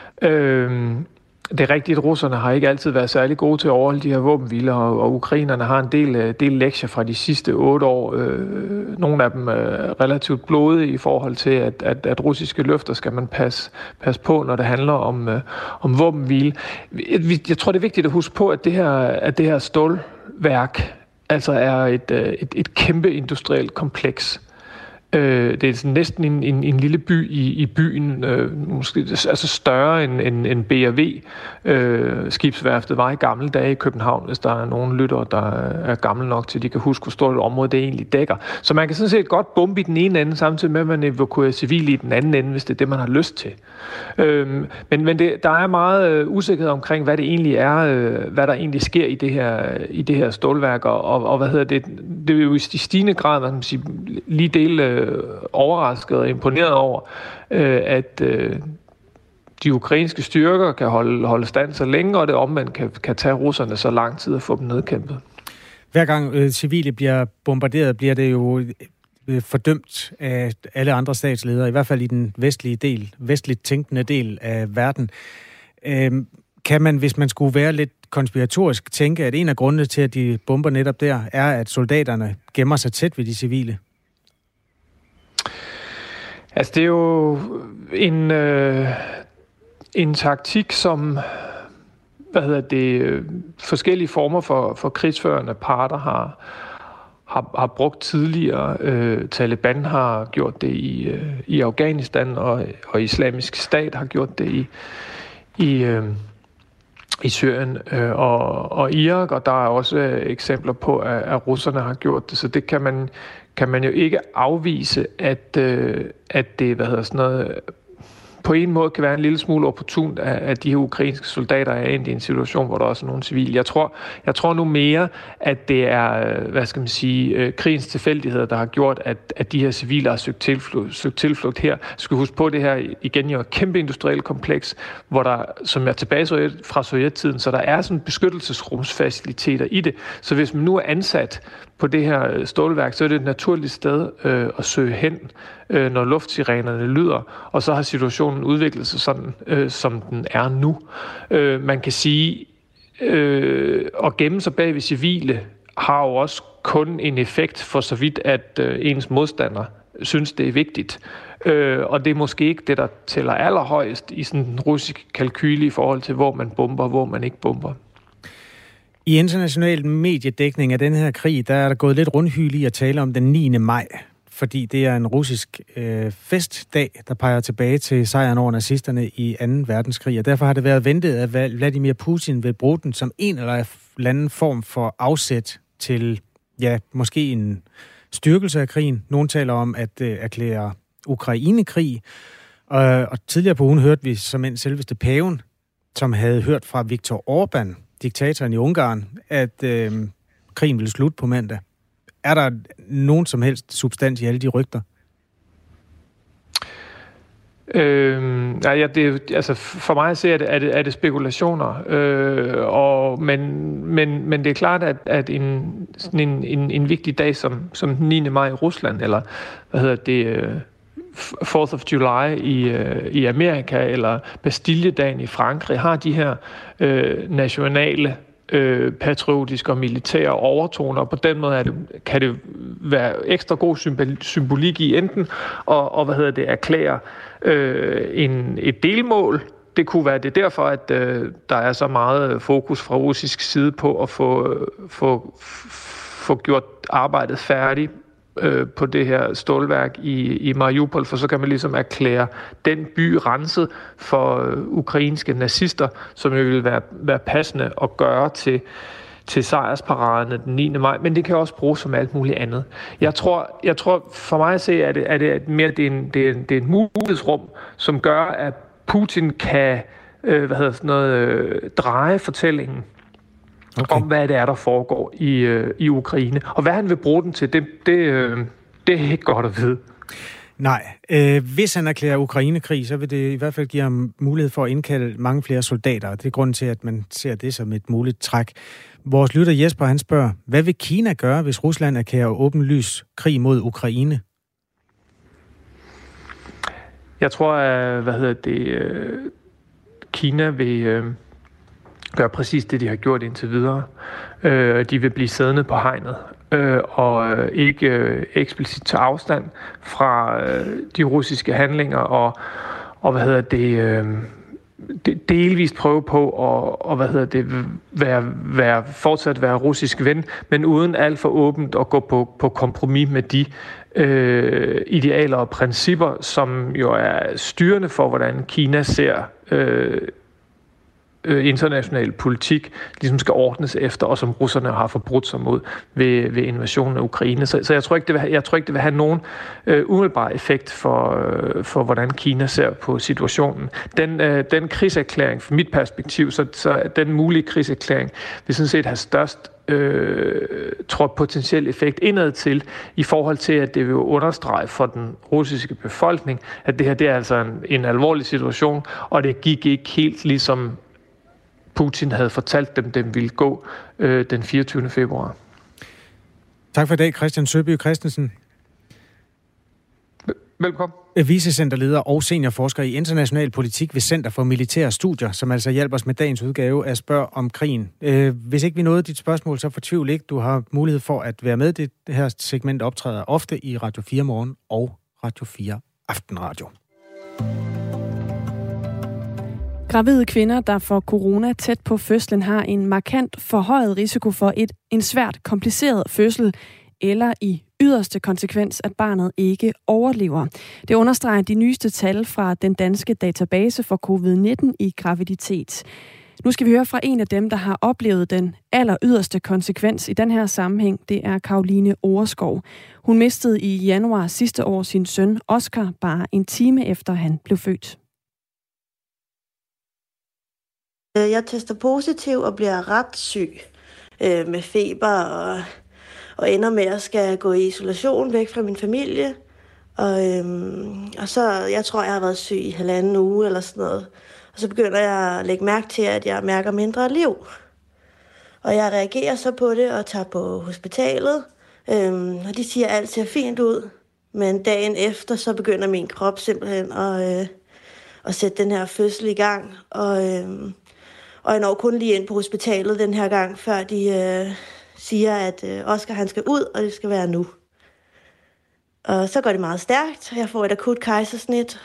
Det er rigtigt, at russerne har ikke altid været særlig gode til at overholde de her våbenhviler, og ukrainerne har en del lektier fra de sidste 8 år. Nogle af dem er relativt blodige i forhold til, at russiske løfter skal man passe på, når det handler om våbenhvile. Jeg tror, det er vigtigt at huske på, at det her stålværk altså er et kæmpe industrielt kompleks. Det er næsten en lille by i byen, måske altså større end B&W skibsværftet var i gamle dage i København, hvis der er nogen lyttere, der er gamle nok til, de kan huske, hvor stort et område det egentlig dækker. Så man kan sådan set godt bombe i den ene ende, samtidig med, at man evakuerer civile i den anden ende, hvis det er det, man har lyst til. Men der er meget usikkerhed omkring, hvad det egentlig er, hvad der egentlig sker i det her stålværk, og hvad hedder det? Det er jo i stigende grad, man kan sige, lige dele overrasket og imponeret over, at de ukrainske styrker kan holde stand så længe, og det omvendt kan tage russerne så lang tid at få dem nedkæmpet. Hver gang civile bliver bombarderet, bliver det jo fordømt af alle andre statsledere, i hvert fald i den vestligt tænkende del af verden. Kan man, hvis man skulle være lidt konspiratorisk, tænke, at en af grundene til, at de bomber netop der, er, at soldaterne gemmer sig tæt ved de civile? Altså, det er jo en taktik, som forskellige former for krigsførende parter har brugt tidligere. Taliban har gjort det i Afghanistan, og Islamisk Stat har gjort det i Syrien og Irak, og der er også eksempler på, at russerne har gjort det, så det kan man jo ikke afvise, at det på en måde kan være en lille smule opportunt, at de her ukrainske soldater er endt i en situation, hvor der også er nogle civile. Jeg tror nu mere, at det er, krigens tilfældigheder, der har gjort, at de her civile har søgt tilflugt her. Skal huske på, det her igen jo et kæmpe industrielt kompleks, hvor der, som er tilbage fra sovjettiden, så der er sådan beskyttelsesrumsfaciliteter i det. Så hvis man nu er ansat på det her stålværk, så er det et naturligt sted at søge hen, når luftsirenerne lyder, og så har situationen udviklet sig sådan, som den er nu. Man kan sige, at gemme sig bag ved civile har jo også kun en effekt for så vidt, at ens modstander synes, det er vigtigt. Og det er måske ikke det, der tæller allerhøjest i sådan en russisk kalkyle i forhold til, hvor man bomber og hvor man ikke bomber. I international mediedækning af den her krig, der er der gået lidt rundhyl i at tale om den 9. maj, fordi det er en russisk festdag, der peger tilbage til sejren over nazisterne i 2. verdenskrig, og derfor har det været ventet, at Vladimir Putin vil bruge den som en eller anden form for afsæt til, ja, måske en styrkelse af krigen. Nogle taler om at erklære Ukraine-krig, og tidligere på ugen hørte vi som en selveste paven, som havde hørt fra Viktor Orbán, diktatoren i Ungarn, at krigen ville slutte på mandag. Er der nogen som helst substans i alle de rygter? For mig er det spekulationer, men det er klart, at en vigtig dag som den 9. maj i Rusland, eller 4th of July i Amerika, eller Bastilledagen i Frankrig, har de her nationale patriotiske og militære overtoner, og på den måde kan det være ekstra god symbolik i enten og erklære et delmål. Det kunne være det derfor, at der er så meget fokus fra russisk side på at få gjort arbejdet færdigt på det her stålværk i Mariupol, for så kan man ligesom erklære den by renset for ukrainske nazister, som jo vil være passende at gøre til sejrsparaderne den 9. maj, men det kan også bruges som alt muligt andet. Jeg tror for mig at se, at det mere det er et mulighedsrum, som gør, at Putin kan dreje fortællingen om, hvad det er, der foregår i Ukraine. Og hvad han vil bruge den til, det er ikke godt at vide. Nej. Hvis han erklærer Ukraine-krig, så vil det i hvert fald give ham mulighed for at indkalde mange flere soldater. Det er grunden til, at man ser det som et muligt træk. Vores lytter Jesper, han spørger, hvad vil Kina gøre, hvis Rusland erklærer åbenlys krig mod Ukraine? Jeg tror, at Kina vil gøre præcis det, de har gjort indtil videre. De vil blive siddende på hegnet og ikke eksplicit tage afstand fra de russiske handlinger og delvist prøve på at fortsat være russisk ven, men uden alt for åbent at gå på kompromis med de idealer og principper, som jo er styrende for, hvordan Kina ser international politik ligesom skal ordnes efter, og som russerne har forbrudt sig mod ved invasionen af Ukraine. Så jeg tror ikke, det vil have nogen umiddelbar effekt for hvordan Kina ser på situationen. Den krigserklæring, fra mit perspektiv, så den mulige krigserklæring vil sådan set have størst potentiel effekt indad til, i forhold til, at det vil understrege for den russiske befolkning, at det her det er altså en alvorlig situation, og det gik ikke helt ligesom Putin havde fortalt dem ville gå den 24. februar. Tak for i dag, Christian Søby Christensen. Velkommen. Vicecenterleder og seniorforsker i international politik ved Center for Militære Studier, som altså hjælper os med dagens udgave af Spørg om krigen. Hvis ikke vi nåede dit spørgsmål, så fortvivl ikke. Du har mulighed for at være med. Det her segment optræder ofte i Radio 4 Morgen og Radio 4 Aftenradio. Gravide kvinder, der får corona tæt på fødslen, har en markant forhøjet risiko for en svært kompliceret fødsel, eller i yderste konsekvens, at barnet ikke overlever. Det understreger de nyeste tal fra den danske database for covid-19 i graviditet. Nu skal vi høre fra en af dem, der har oplevet den aller yderste konsekvens i den her sammenhæng. Det er Caroline Overskov. Hun mistede i januar sidste år sin søn Oscar bare en time efter han blev født. Jeg tester positiv og bliver ret syg med feber og ender med at skal gå i isolation væk fra min familie. Og så, jeg tror, jeg har været syg i 1,5 uge eller sådan noget. Og så begynder jeg at lægge mærke til, at jeg mærker mindre liv. Og jeg reagerer så på det og tager på hospitalet. Og de siger, at alt ser fint ud. Men dagen efter, så begynder min krop simpelthen at sætte den her fødsel i gang. Og jeg når kun lige ind på hospitalet den her gang, før de siger, at Oscar han skal ud, og det skal være nu. Og så går det meget stærkt. Jeg får et akut kejsersnit,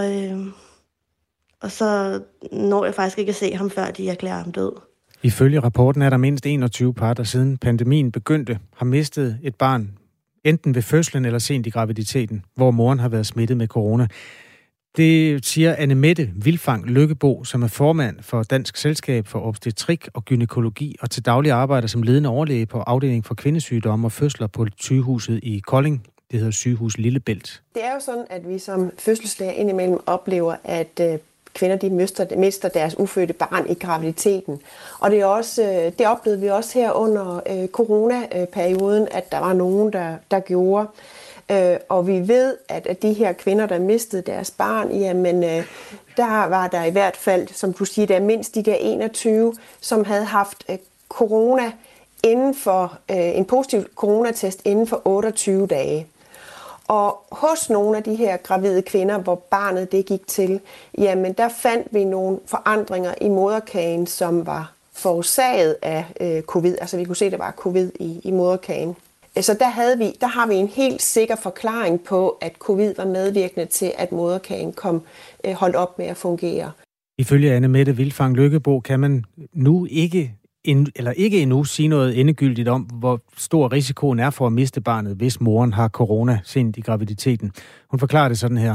og så når jeg faktisk ikke at se ham, før de erklærer ham død. Ifølge rapporten er der mindst 21 par, der siden pandemien begyndte, har mistet et barn, enten ved fødslen eller sent i graviditeten, hvor moren har været smittet med corona. Det siger Anne-Mette Vilfang Lykkebo, som er formand for Dansk Selskab for Obstetrik og Gynækologi, og til daglig arbejder som ledende overlæge på afdeling for kvindesygdomme og fødsler på sygehuset i Kolding. Det hedder Sygehus Lillebælt. Det er jo sådan, at vi som fødselslæger indimellem oplever, at kvinder de mister deres ufødte barn i graviditeten. Og det oplevede vi også her under coronaperioden, at der var nogen, der gjorde. Og vi ved, at de her kvinder, der mistede deres barn, jamen der var der i hvert fald, som du siger, der er mindst de der 21, som havde haft corona inden for en positiv coronatest inden for 28 dage. Og hos nogle af de her gravide kvinder, hvor barnet det gik til, jamen der fandt vi nogle forandringer i moderkagen, som var forårsaget af covid. Altså vi kunne se, at der var covid i moderkagen. Så der har vi en helt sikker forklaring på, at covid var medvirkende til, at moderkagen holdt op med at fungere. Ifølge Anne Mette Vilfang Lykkebo kan man nu ikke endnu sige noget endegyldigt om, hvor stor risikoen er for at miste barnet, hvis moren har corona sent i graviditeten. Hun forklarer det sådan her.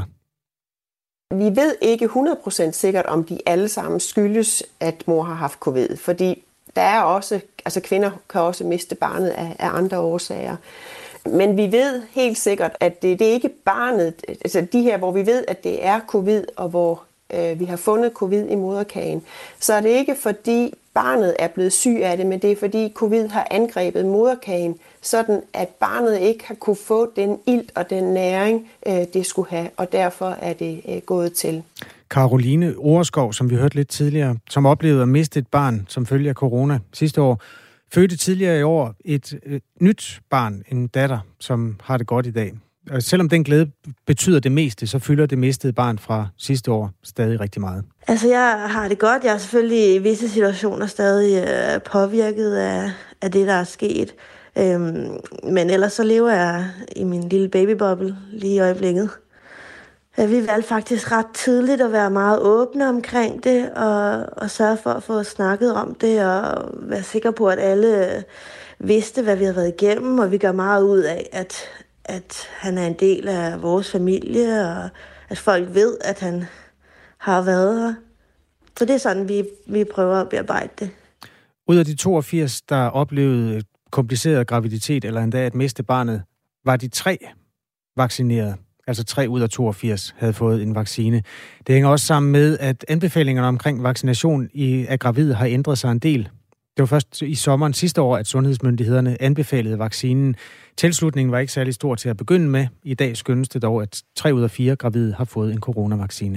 Vi ved ikke 100% sikkert, om de alle sammen skyldes, at mor har haft covid, fordi der er også, altså kvinder kan også miste barnet af andre årsager. Men vi ved helt sikkert, at det er ikke barnet, altså de her, hvor vi ved, at det er covid, og hvor vi har fundet covid i moderkagen, så er det ikke fordi barnet er blevet syg af det, men det er fordi covid har angrebet moderkagen, sådan at barnet ikke har kunne få den ilt og den næring, det skulle have, og derfor er det gået til. Caroline Oreskov, som vi hørte lidt tidligere, som oplevede at miste et barn som følge af corona sidste år, fødte tidligere i år et nyt barn, en datter, som har det godt i dag. Og selvom den glæde betyder det meste, så fylder det mistede barn fra sidste år stadig rigtig meget. Altså, jeg har det godt. Jeg er selvfølgelig i visse situationer stadig påvirket af det, der er sket. Men ellers så lever jeg i min lille babyboble lige i øjeblikket. Vi valgte faktisk ret tidligt at være meget åbne omkring det, og sørge for at få snakket om det, og være sikre på, at alle vidste, hvad vi havde været igennem, og vi gør meget ud af, at han er en del af vores familie, og at folk ved, at han har været her. Så det er sådan, vi prøver at bearbejde det. Ud af de 82, der oplevede kompliceret graviditet, eller endda at miste barnet, var de 3 vaccineret. Altså 3 ud af 82 havde fået en vaccine. Det hænger også sammen med, at anbefalingerne omkring vaccination af gravide har ændret sig en del. Det var først i sommeren sidste år, at sundhedsmyndighederne anbefalede vaccinen. Tilslutningen var ikke særlig stor til at begynde med. I dag skyndes det dog, at 3 ud af 4 gravide har fået en coronavaccine.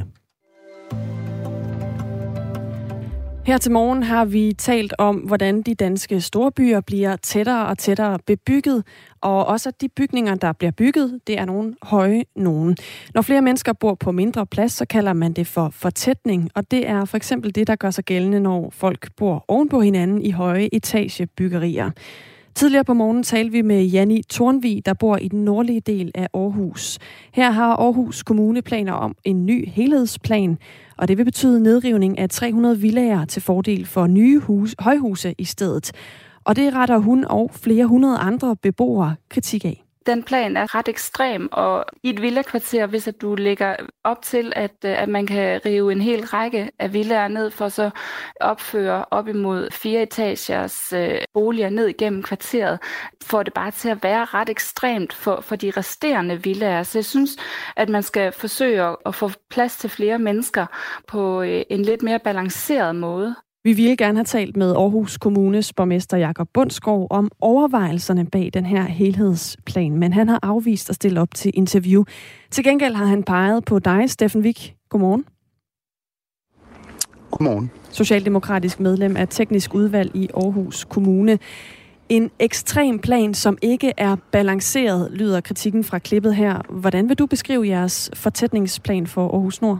Her til morgen har vi talt om, hvordan de danske storbyer bliver tættere og tættere bebygget, og også at de bygninger, der bliver bygget, det er nogle høje nogen. Når flere mennesker bor på mindre plads, så kalder man det for fortætning, og det er for eksempel det, der gør sig gældende, når folk bor ovenpå hinanden i høje etagebyggerier. Tidligere på morgenen talte vi med Janni Tornvig, der bor i den nordlige del af Aarhus. Her har Aarhus Kommune planer om en ny helhedsplan, og det vil betyde nedrivning af 300 villaer til fordel for nye højhuse i stedet. Og det retter hun og flere hundrede andre beboere kritik af. Den plan er ret ekstrem, og i et villakvarter, hvis at du lægger op til, at man kan rive en hel række af villaer ned for så opføre op imod 4 etagers boliger ned igennem kvarteret, får det bare til at være ret ekstremt for de resterende villaer. Så jeg synes, at man skal forsøge at få plads til flere mennesker på en lidt mere balanceret måde. Vi ville gerne have talt med Aarhus Kommunes borgmester Jakob Bundsgaard om overvejelserne bag den her helhedsplan, men han har afvist at stille op til interview. Til gengæld har han peget på dig, Steffen Wik. Godmorgen. Godmorgen. Socialdemokratisk medlem af teknisk udvalg i Aarhus Kommune. En ekstrem plan, som ikke er balanceret, lyder kritikken fra klippet her. Hvordan vil du beskrive jeres fortætningsplan for Aarhus Nord?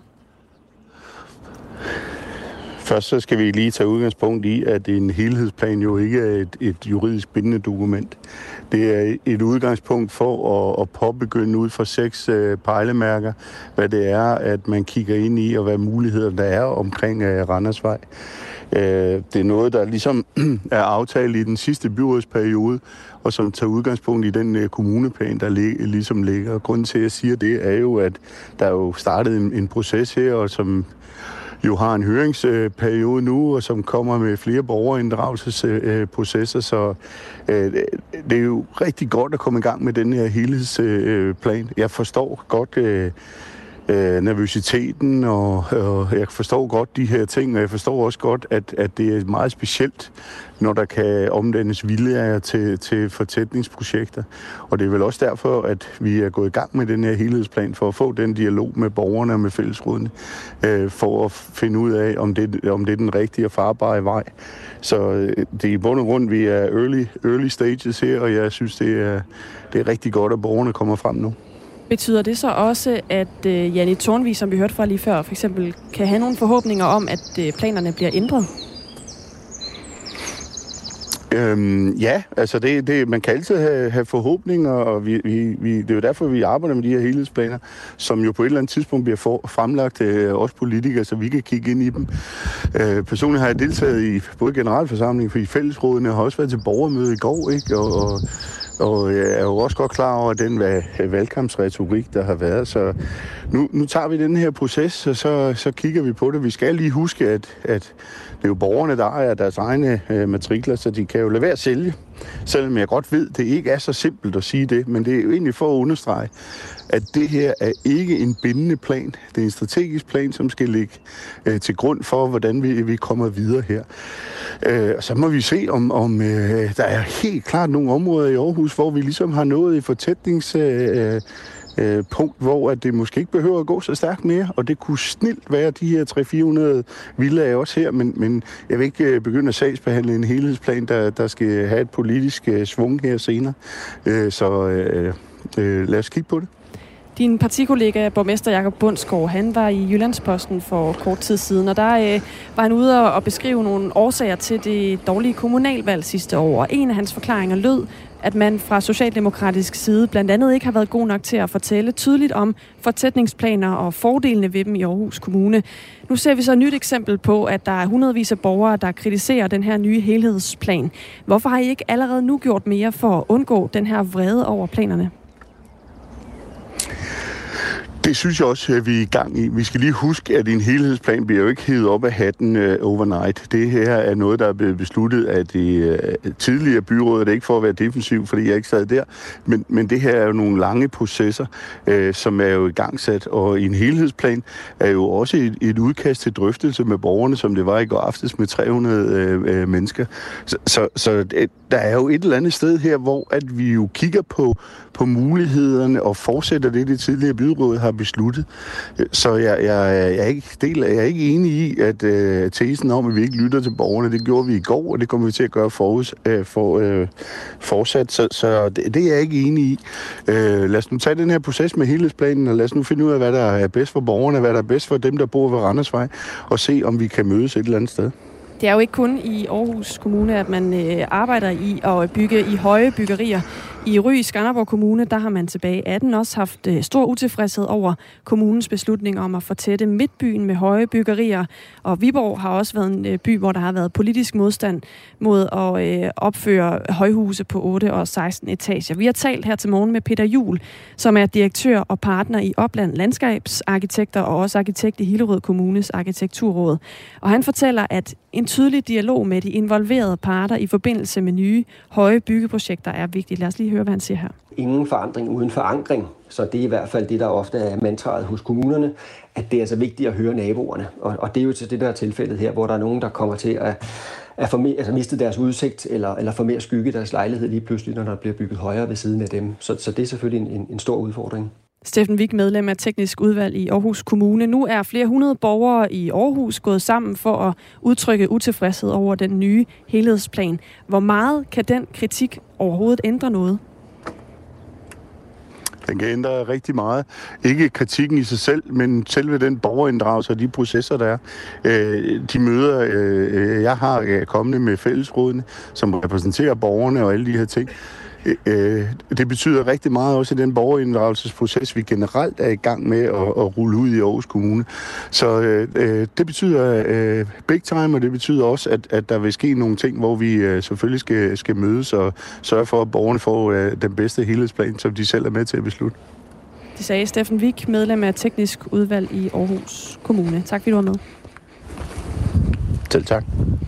Først så skal vi lige tage udgangspunkt i, at en helhedsplan jo ikke er et juridisk bindende dokument. Det er et udgangspunkt for at påbegynde ud fra 6 pejlemærker, hvad det er, at man kigger ind i, og hvad muligheder der er omkring Randersvej. Det er noget, der ligesom er aftalt i den sidste byrådsperiode, og som tager udgangspunkt i den kommuneplan, der ligesom ligger. Grunden til, at jeg siger det, er jo, at der er jo startet en proces her, og som jo har en høringsperiode nu, og som kommer med flere borgerinddragelsesprocesser, så det er jo rigtig godt at komme i gang med den her helhedsplan. Jeg forstår godt nervøsiteten, og jeg forstår godt de her ting, og jeg forstår også godt, at det er meget specielt, når der kan omdannes villaer til fortætningsprojekter. Og det er vel også derfor, at vi er gået i gang med den her helhedsplan, for at få den dialog med borgerne og med fællesrådene, for at finde ud af, om det er den rigtige og farbare vej. Så det er i bund og grund, vi er early stages her, og jeg synes, det er rigtig godt, at borgerne kommer frem nu. Betyder det så også, at Janni Tornvig, som vi hørte fra lige før, for eksempel kan have nogle forhåbninger om, at planerne bliver ændret? Ja, altså man kan altid have forhåbninger, og det er jo derfor, vi arbejder med de her helhedsplaner, som jo på et eller andet tidspunkt bliver fremlagt os politikere, så vi kan kigge ind i dem. Personligt har jeg deltaget i både generalforsamlingen for de fællesrådene, og har også været til borgermøde i går, ikke? Og jeg er jo også godt klar over den valgkampsretorik, der har været. Så nu tager vi den her proces, og så kigger vi på det. Vi skal lige huske, at det er jo borgerne, der ejer deres egne matrikler, så de kan jo lade være at sælge. Selvom jeg godt ved, det ikke er så simpelt at sige det, men det er jo egentlig for at understrege, at det her er ikke en bindende plan. Det er en strategisk plan, som skal ligge til grund for, hvordan vi kommer videre her. Så må vi se, om der er helt klart nogle områder i Aarhus, hvor vi ligesom har nået i fortætningspunkt, hvor at det måske ikke behøver at gå så stærkt mere, og det kunne snilt være de her 300-400 villaer også her, men jeg vil ikke begynde at sagsbehandle en helhedsplan, der skal have et politisk svung her senere. Så lad os kigge på det. Din partikollega, borgmester Jakob Bundsgaard, han var i Jyllandsposten for kort tid siden, og der var han ude og beskrive nogle årsager til det dårlige kommunalvalg sidste år. Og en af hans forklaringer lød, at man fra socialdemokratisk side blandt andet ikke har været god nok til at fortælle tydeligt om fortætningsplaner og fordelene ved dem i Aarhus Kommune. Nu ser vi så et nyt eksempel på, at der er hundredvis af borgere, der kritiserer den her nye helhedsplan. Hvorfor har I ikke allerede nu gjort mere for at undgå den her vrede over planerne? Det synes jeg også, at vi er i gang i. Vi skal lige huske, at en helhedsplan bliver jo ikke hævet op af hatten overnight. Det her er noget, der er blevet besluttet af det tidligere byråd. Det er ikke for at være defensiv, fordi jeg ikke sad der. Men det her er jo nogle lange processer, som er jo i gang sat. Og en helhedsplan er jo også et udkast til drøftelse med borgerne, som det var i går aftes med 300 mennesker. Så der er jo et eller andet sted her, hvor at vi jo kigger på mulighederne og fortsætter det tidligere byråd har besluttet. Så jeg er ikke enig i, at tesen om, at vi ikke lytter til borgerne, det gjorde vi i går, og det kommer vi til at gøre fortsat. Så det er jeg ikke enig i. Lad os nu tage den her proces med helhedsplanen, og lad os nu finde ud af, hvad der er bedst for borgerne, hvad der er bedst for dem, der bor ved Randersvej, og se, om vi kan mødes et eller andet sted. Det er jo ikke kun i Aarhus Kommune, at man arbejder i at bygge i høje byggerier. I Ry i Skanderborg Kommune, der har man tilbage i 2018 også haft stor utilfredshed over kommunens beslutning om at fortætte midtbyen med høje byggerier. Og Viborg har også været en by, hvor der har været politisk modstand mod at opføre højhuse på 8 og 16 etager. Vi har talt her til morgen med Peter Juhl, som er direktør og partner i Opland Landskabsarkitekter og også arkitekt i Hillerød Kommunes Arkitekturråd. Og han fortæller, at en tydelig dialog med de involverede parter i forbindelse med nye høje byggeprojekter er vigtigt. Lad os lige høre, hvad han siger her. Ingen forandring uden forankring. Så det er i hvert fald det, der ofte er mantraet hos kommunerne, at det er så vigtigt at høre naboerne. Og det er jo til det, der er tilfældet her, hvor der er nogen, der kommer til at miste deres udsigt eller få mere skygge deres lejlighed lige pludselig, når der bliver bygget højere ved siden af dem. Så det er selvfølgelig en stor udfordring. Steffen Wik, medlem af teknisk udvalg i Aarhus Kommune. Nu er flere hundrede borgere i Aarhus gået sammen for at udtrykke utilfredshed over den nye helhedsplan. Hvor meget kan den kritik overhovedet ændre noget? Den kan ændre rigtig meget. Ikke kritikken i sig selv, men selve den borgerinddragelse og de processer, der er. De møder, jeg har kommende med fællesrådene, som repræsenterer borgerne og alle de her ting. Det betyder rigtig meget også i den borgerinddragelsesproces, vi generelt er i gang med at rulle ud i Aarhus Kommune. Så det betyder big time, og det betyder også, at der vil ske nogle ting, hvor vi selvfølgelig skal mødes og sørge for, at borgerne får den bedste helhedsplan, som de selv er med til at beslutte. Det sagde Steffen Wik, medlem af teknisk udvalg i Aarhus Kommune. Tak fordi du var med. Selv tak.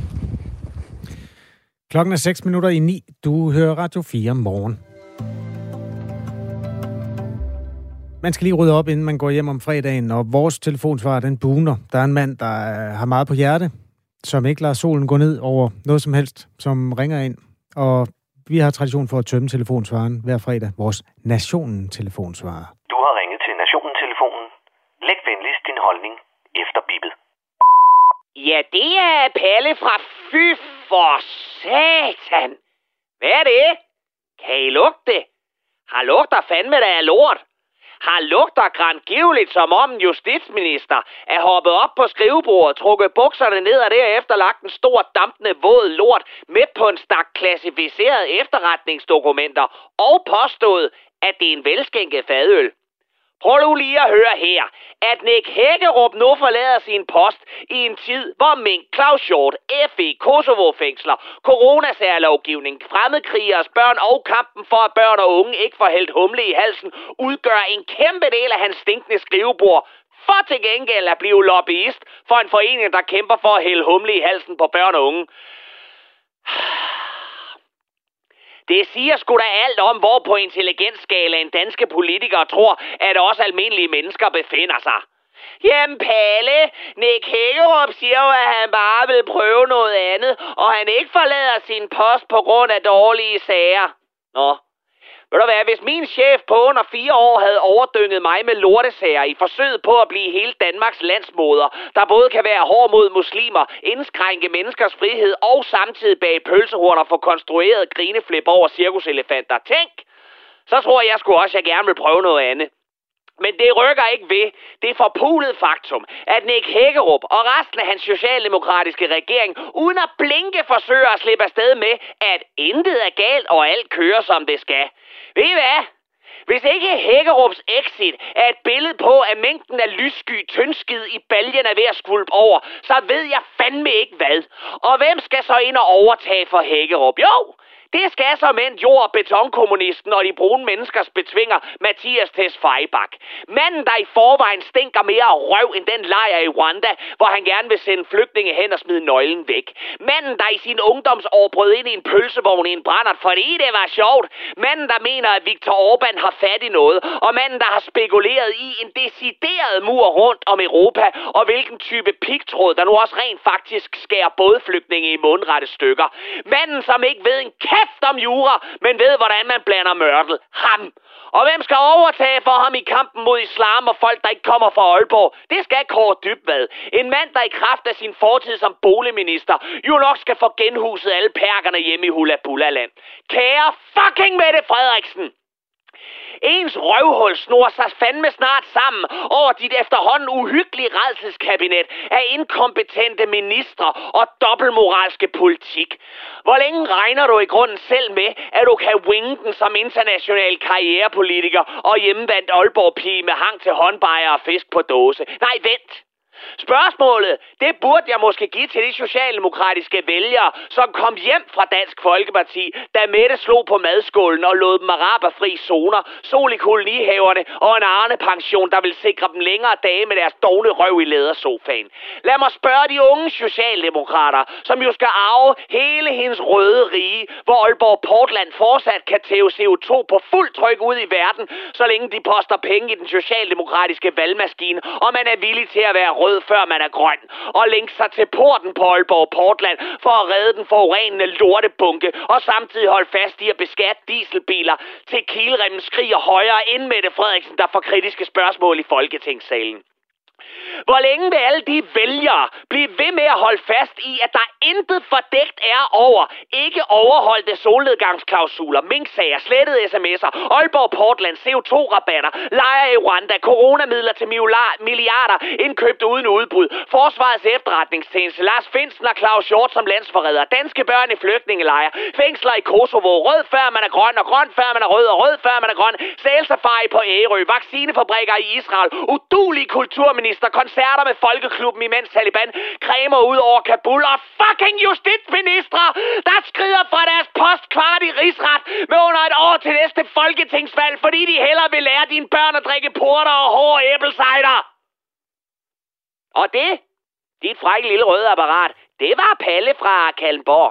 Klokken er 8:06. Du hører Radio 4 morgen. Man skal lige rydde op, inden man går hjem om fredagen, og vores telefonsvarer, den buner. Der er en mand, der har meget på hjerte, som ikke lader solen gå ned over noget som helst, som ringer ind. Og vi har tradition for at tømme telefonsvaren hver fredag. Vores Nationen-telefonsvarer. Du har ringet til Nationen-telefonen. Læg venligst din holdning efter bippet. Ja, det er Palle fra Fy for satan. Hvad er det? Kan I lugte det? Har lugter fandme da af lort. Har lugter grandgiveligt, som om en justitsminister er hoppet op på skrivebordet, trukket bukserne ned og derefter lagt en stor dampende våd lort midt på en stak klassificerede efterretningsdokumenter og påstået, at det er en velskænket fadøl. Prøv nu lige at høre her, at Nick Hækkerup nu forlader sin post i en tid, hvor Mink, Claus Hjort, FE, Kosovo-fængsler, coronasærlovgivning, fremmedkrigers børn og kampen for, at børn og unge ikke får hældt humle i halsen, udgør en kæmpe del af hans stinkende skrivebord. For til gengæld at blive lobbyist for en forening, der kæmper for at hælde humle i halsen på børn og unge. Det siger sgu da alt om, hvor på intelligensskalaen danske politikere tror, at også almindelige mennesker befinder sig. Jamen Palle, Nick Hækkerup siger jo, at han bare vil prøve noget andet, og han ikke forlader sin post på grund af dårlige sager. Nå. Ved du hvad, hvis min chef på under 4 år havde overdynget mig med lortesager i forsøget på at blive hele Danmarks landsmoder, der både kan være hård mod muslimer, indskrænke menneskers frihed og samtidig bag pølsehorn og få konstrueret grineflip over cirkuselefanter. Tænk! Så tror jeg sgu også, at jeg gerne vil prøve noget andet. Men det rykker ikke ved det forpulede faktum, at Nick Hækkerup og resten af hans socialdemokratiske regering uden at blinke forsøger at slippe afsted med, at intet er galt og alt kører som det skal. Ved I hvad? Hvis ikke Hækkerups exit er et billede på, at mængden af lyssky tyndskid i baljen er ved at skvulpe over, så ved jeg fandme ikke hvad. Og hvem skal så ind og overtage for Hækkerup? Jo! Det skal som endt jord- og betonkommunisten og de brune menneskers betvinger Mathias Tesfaye-Bak. Manden, der i forvejen stinker mere af røv end den lejr i Rwanda, hvor han gerne vil sende flygtninge hen og smide nøglen væk. Manden, der i sin ungdomsår brød ind i en pølsevogn i en brændert, fordi det var sjovt. Manden, der mener, at Viktor Orbán har fat i noget. Og manden, der har spekuleret i en decideret mur rundt om Europa, og hvilken type pigtråd, der nu også rent faktisk skærer både flygtninge i mundrette stykker. Manden, som ikke ved en kæft om jura, men ved, hvordan man blander mørtel. Ham. Og hvem skal overtage for ham i kampen mod islam og folk, der ikke kommer fra Aalborg? Det skal Kåre Dybvad. En mand, der i kraft af sin fortid som boligminister jo nok skal få genhuset alle perkerne hjemme i Hula Bula-land. Kære fucking Mette Frederiksen! Ens røvhul snor sig fandme snart sammen over dit efterhånden uhyggelige rædselskabinet af inkompetente ministre og dobbeltmoralske politik. Hvor længe regner du i grunden selv med, at du kan winge den som international karrierepolitiker og hjemmevandt Aalborg-pige med hang til håndbajer og fisk på dåse? Nej, vent! Spørgsmålet, det burde jeg måske give til de socialdemokratiske vælgere, som kom hjem fra Dansk Folkeparti, da Mette slog på madskålen og lod dem araberfri zoner, sol i kolonihaverne og en Arne-pension, der vil sikre dem længere dage med deres dogne røv i lædersofaen. Lad mig spørge de unge socialdemokrater, som jo skal arve hele hendes røde rige, hvor Aalborg Portland fortsat kan tæve CO2 på fuld tryk ud i verden, så længe de poster penge i den socialdemokratiske valgmaskine, og man er villig til at være rød, før man er grøn, og længe sig til porten på Aalborg Portland for at redde den forurenende lortebunke, og samtidig holde fast i at beskatte dieselbiler til kielremmen skriger højere end Mette Frederiksen, der får kritiske spørgsmål i Folketingssalen. Hvor længe vil alle de vælgere blive ved med at holde fast i, at der intet fordækt er over ikke overholdte solnedgangsklausuler, minksager, slettede sms'er, Aalborg Portland, CO2-rabatter, lejre i Rwanda, coronamidler til milliarder indkøbt uden udbud, Forsvarets efterretningstjeneste, Lars Findsen og Claus Hjort som landsforræder, danske børn i flygtningelejre, fængsler i Kosovo, rød før man er grøn, og grøn før man er rød, og rød før man er grøn, sælsafari på Ærø, vaccinefabrikker i Israel, udulige kulturminister, koncerter med Folkeklubben imens Taliban kræmer ud over Kabul, og fucking justitsministre, der skrider fra deres post kvart i rigsret med under et år til næste folketingsvalg, fordi de hellere vil lære dine børn at drikke porter og hårde æblecider. Og det, dit frække lille røde apparat, det var Palle fra Kalundborg.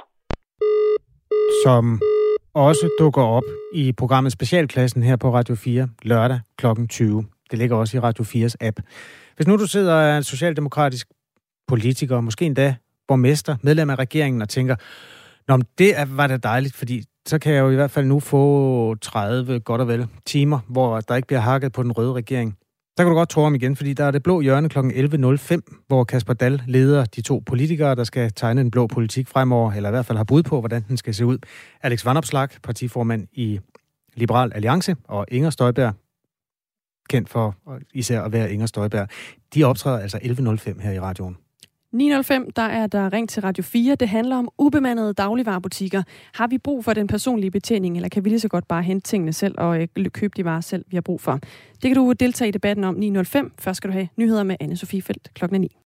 Som også dukker op i programmet Specialklassen her på Radio 4 lørdag kl. 20. Det ligger også i Radio 4's app. Hvis nu du sidder og er en socialdemokratisk politiker, måske endda borgmester, medlem af regeringen, og tænker, nå, men var da dejligt, fordi så kan jeg jo i hvert fald nu få 30 godt og vel timer, hvor der ikke bliver hakket på den røde regering. Så kan du godt tro om igen, fordi der er det blå hjørne kl. 11.05, hvor Kasper Dahl leder de 2 politikere, der skal tegne en blå politik fremover, eller i hvert fald har bud på, hvordan den skal se ud. Alex Vanopslagh, partiformand i Liberal Alliance, og Inger Støjberg, kendt for især at være Inger Støjberg, de optræder altså 11.05 her i radioen. 9.05, der er der ring til Radio 4. Det handler om ubemandede dagligvarebutikker. Har vi brug for den personlige betjening, eller kan vi lige så godt bare hente tingene selv og købe de varer selv, vi har brug for? Det kan du deltage i debatten om 9.05. Først skal du have nyheder med Anne-Sophie Feldt klokken 9.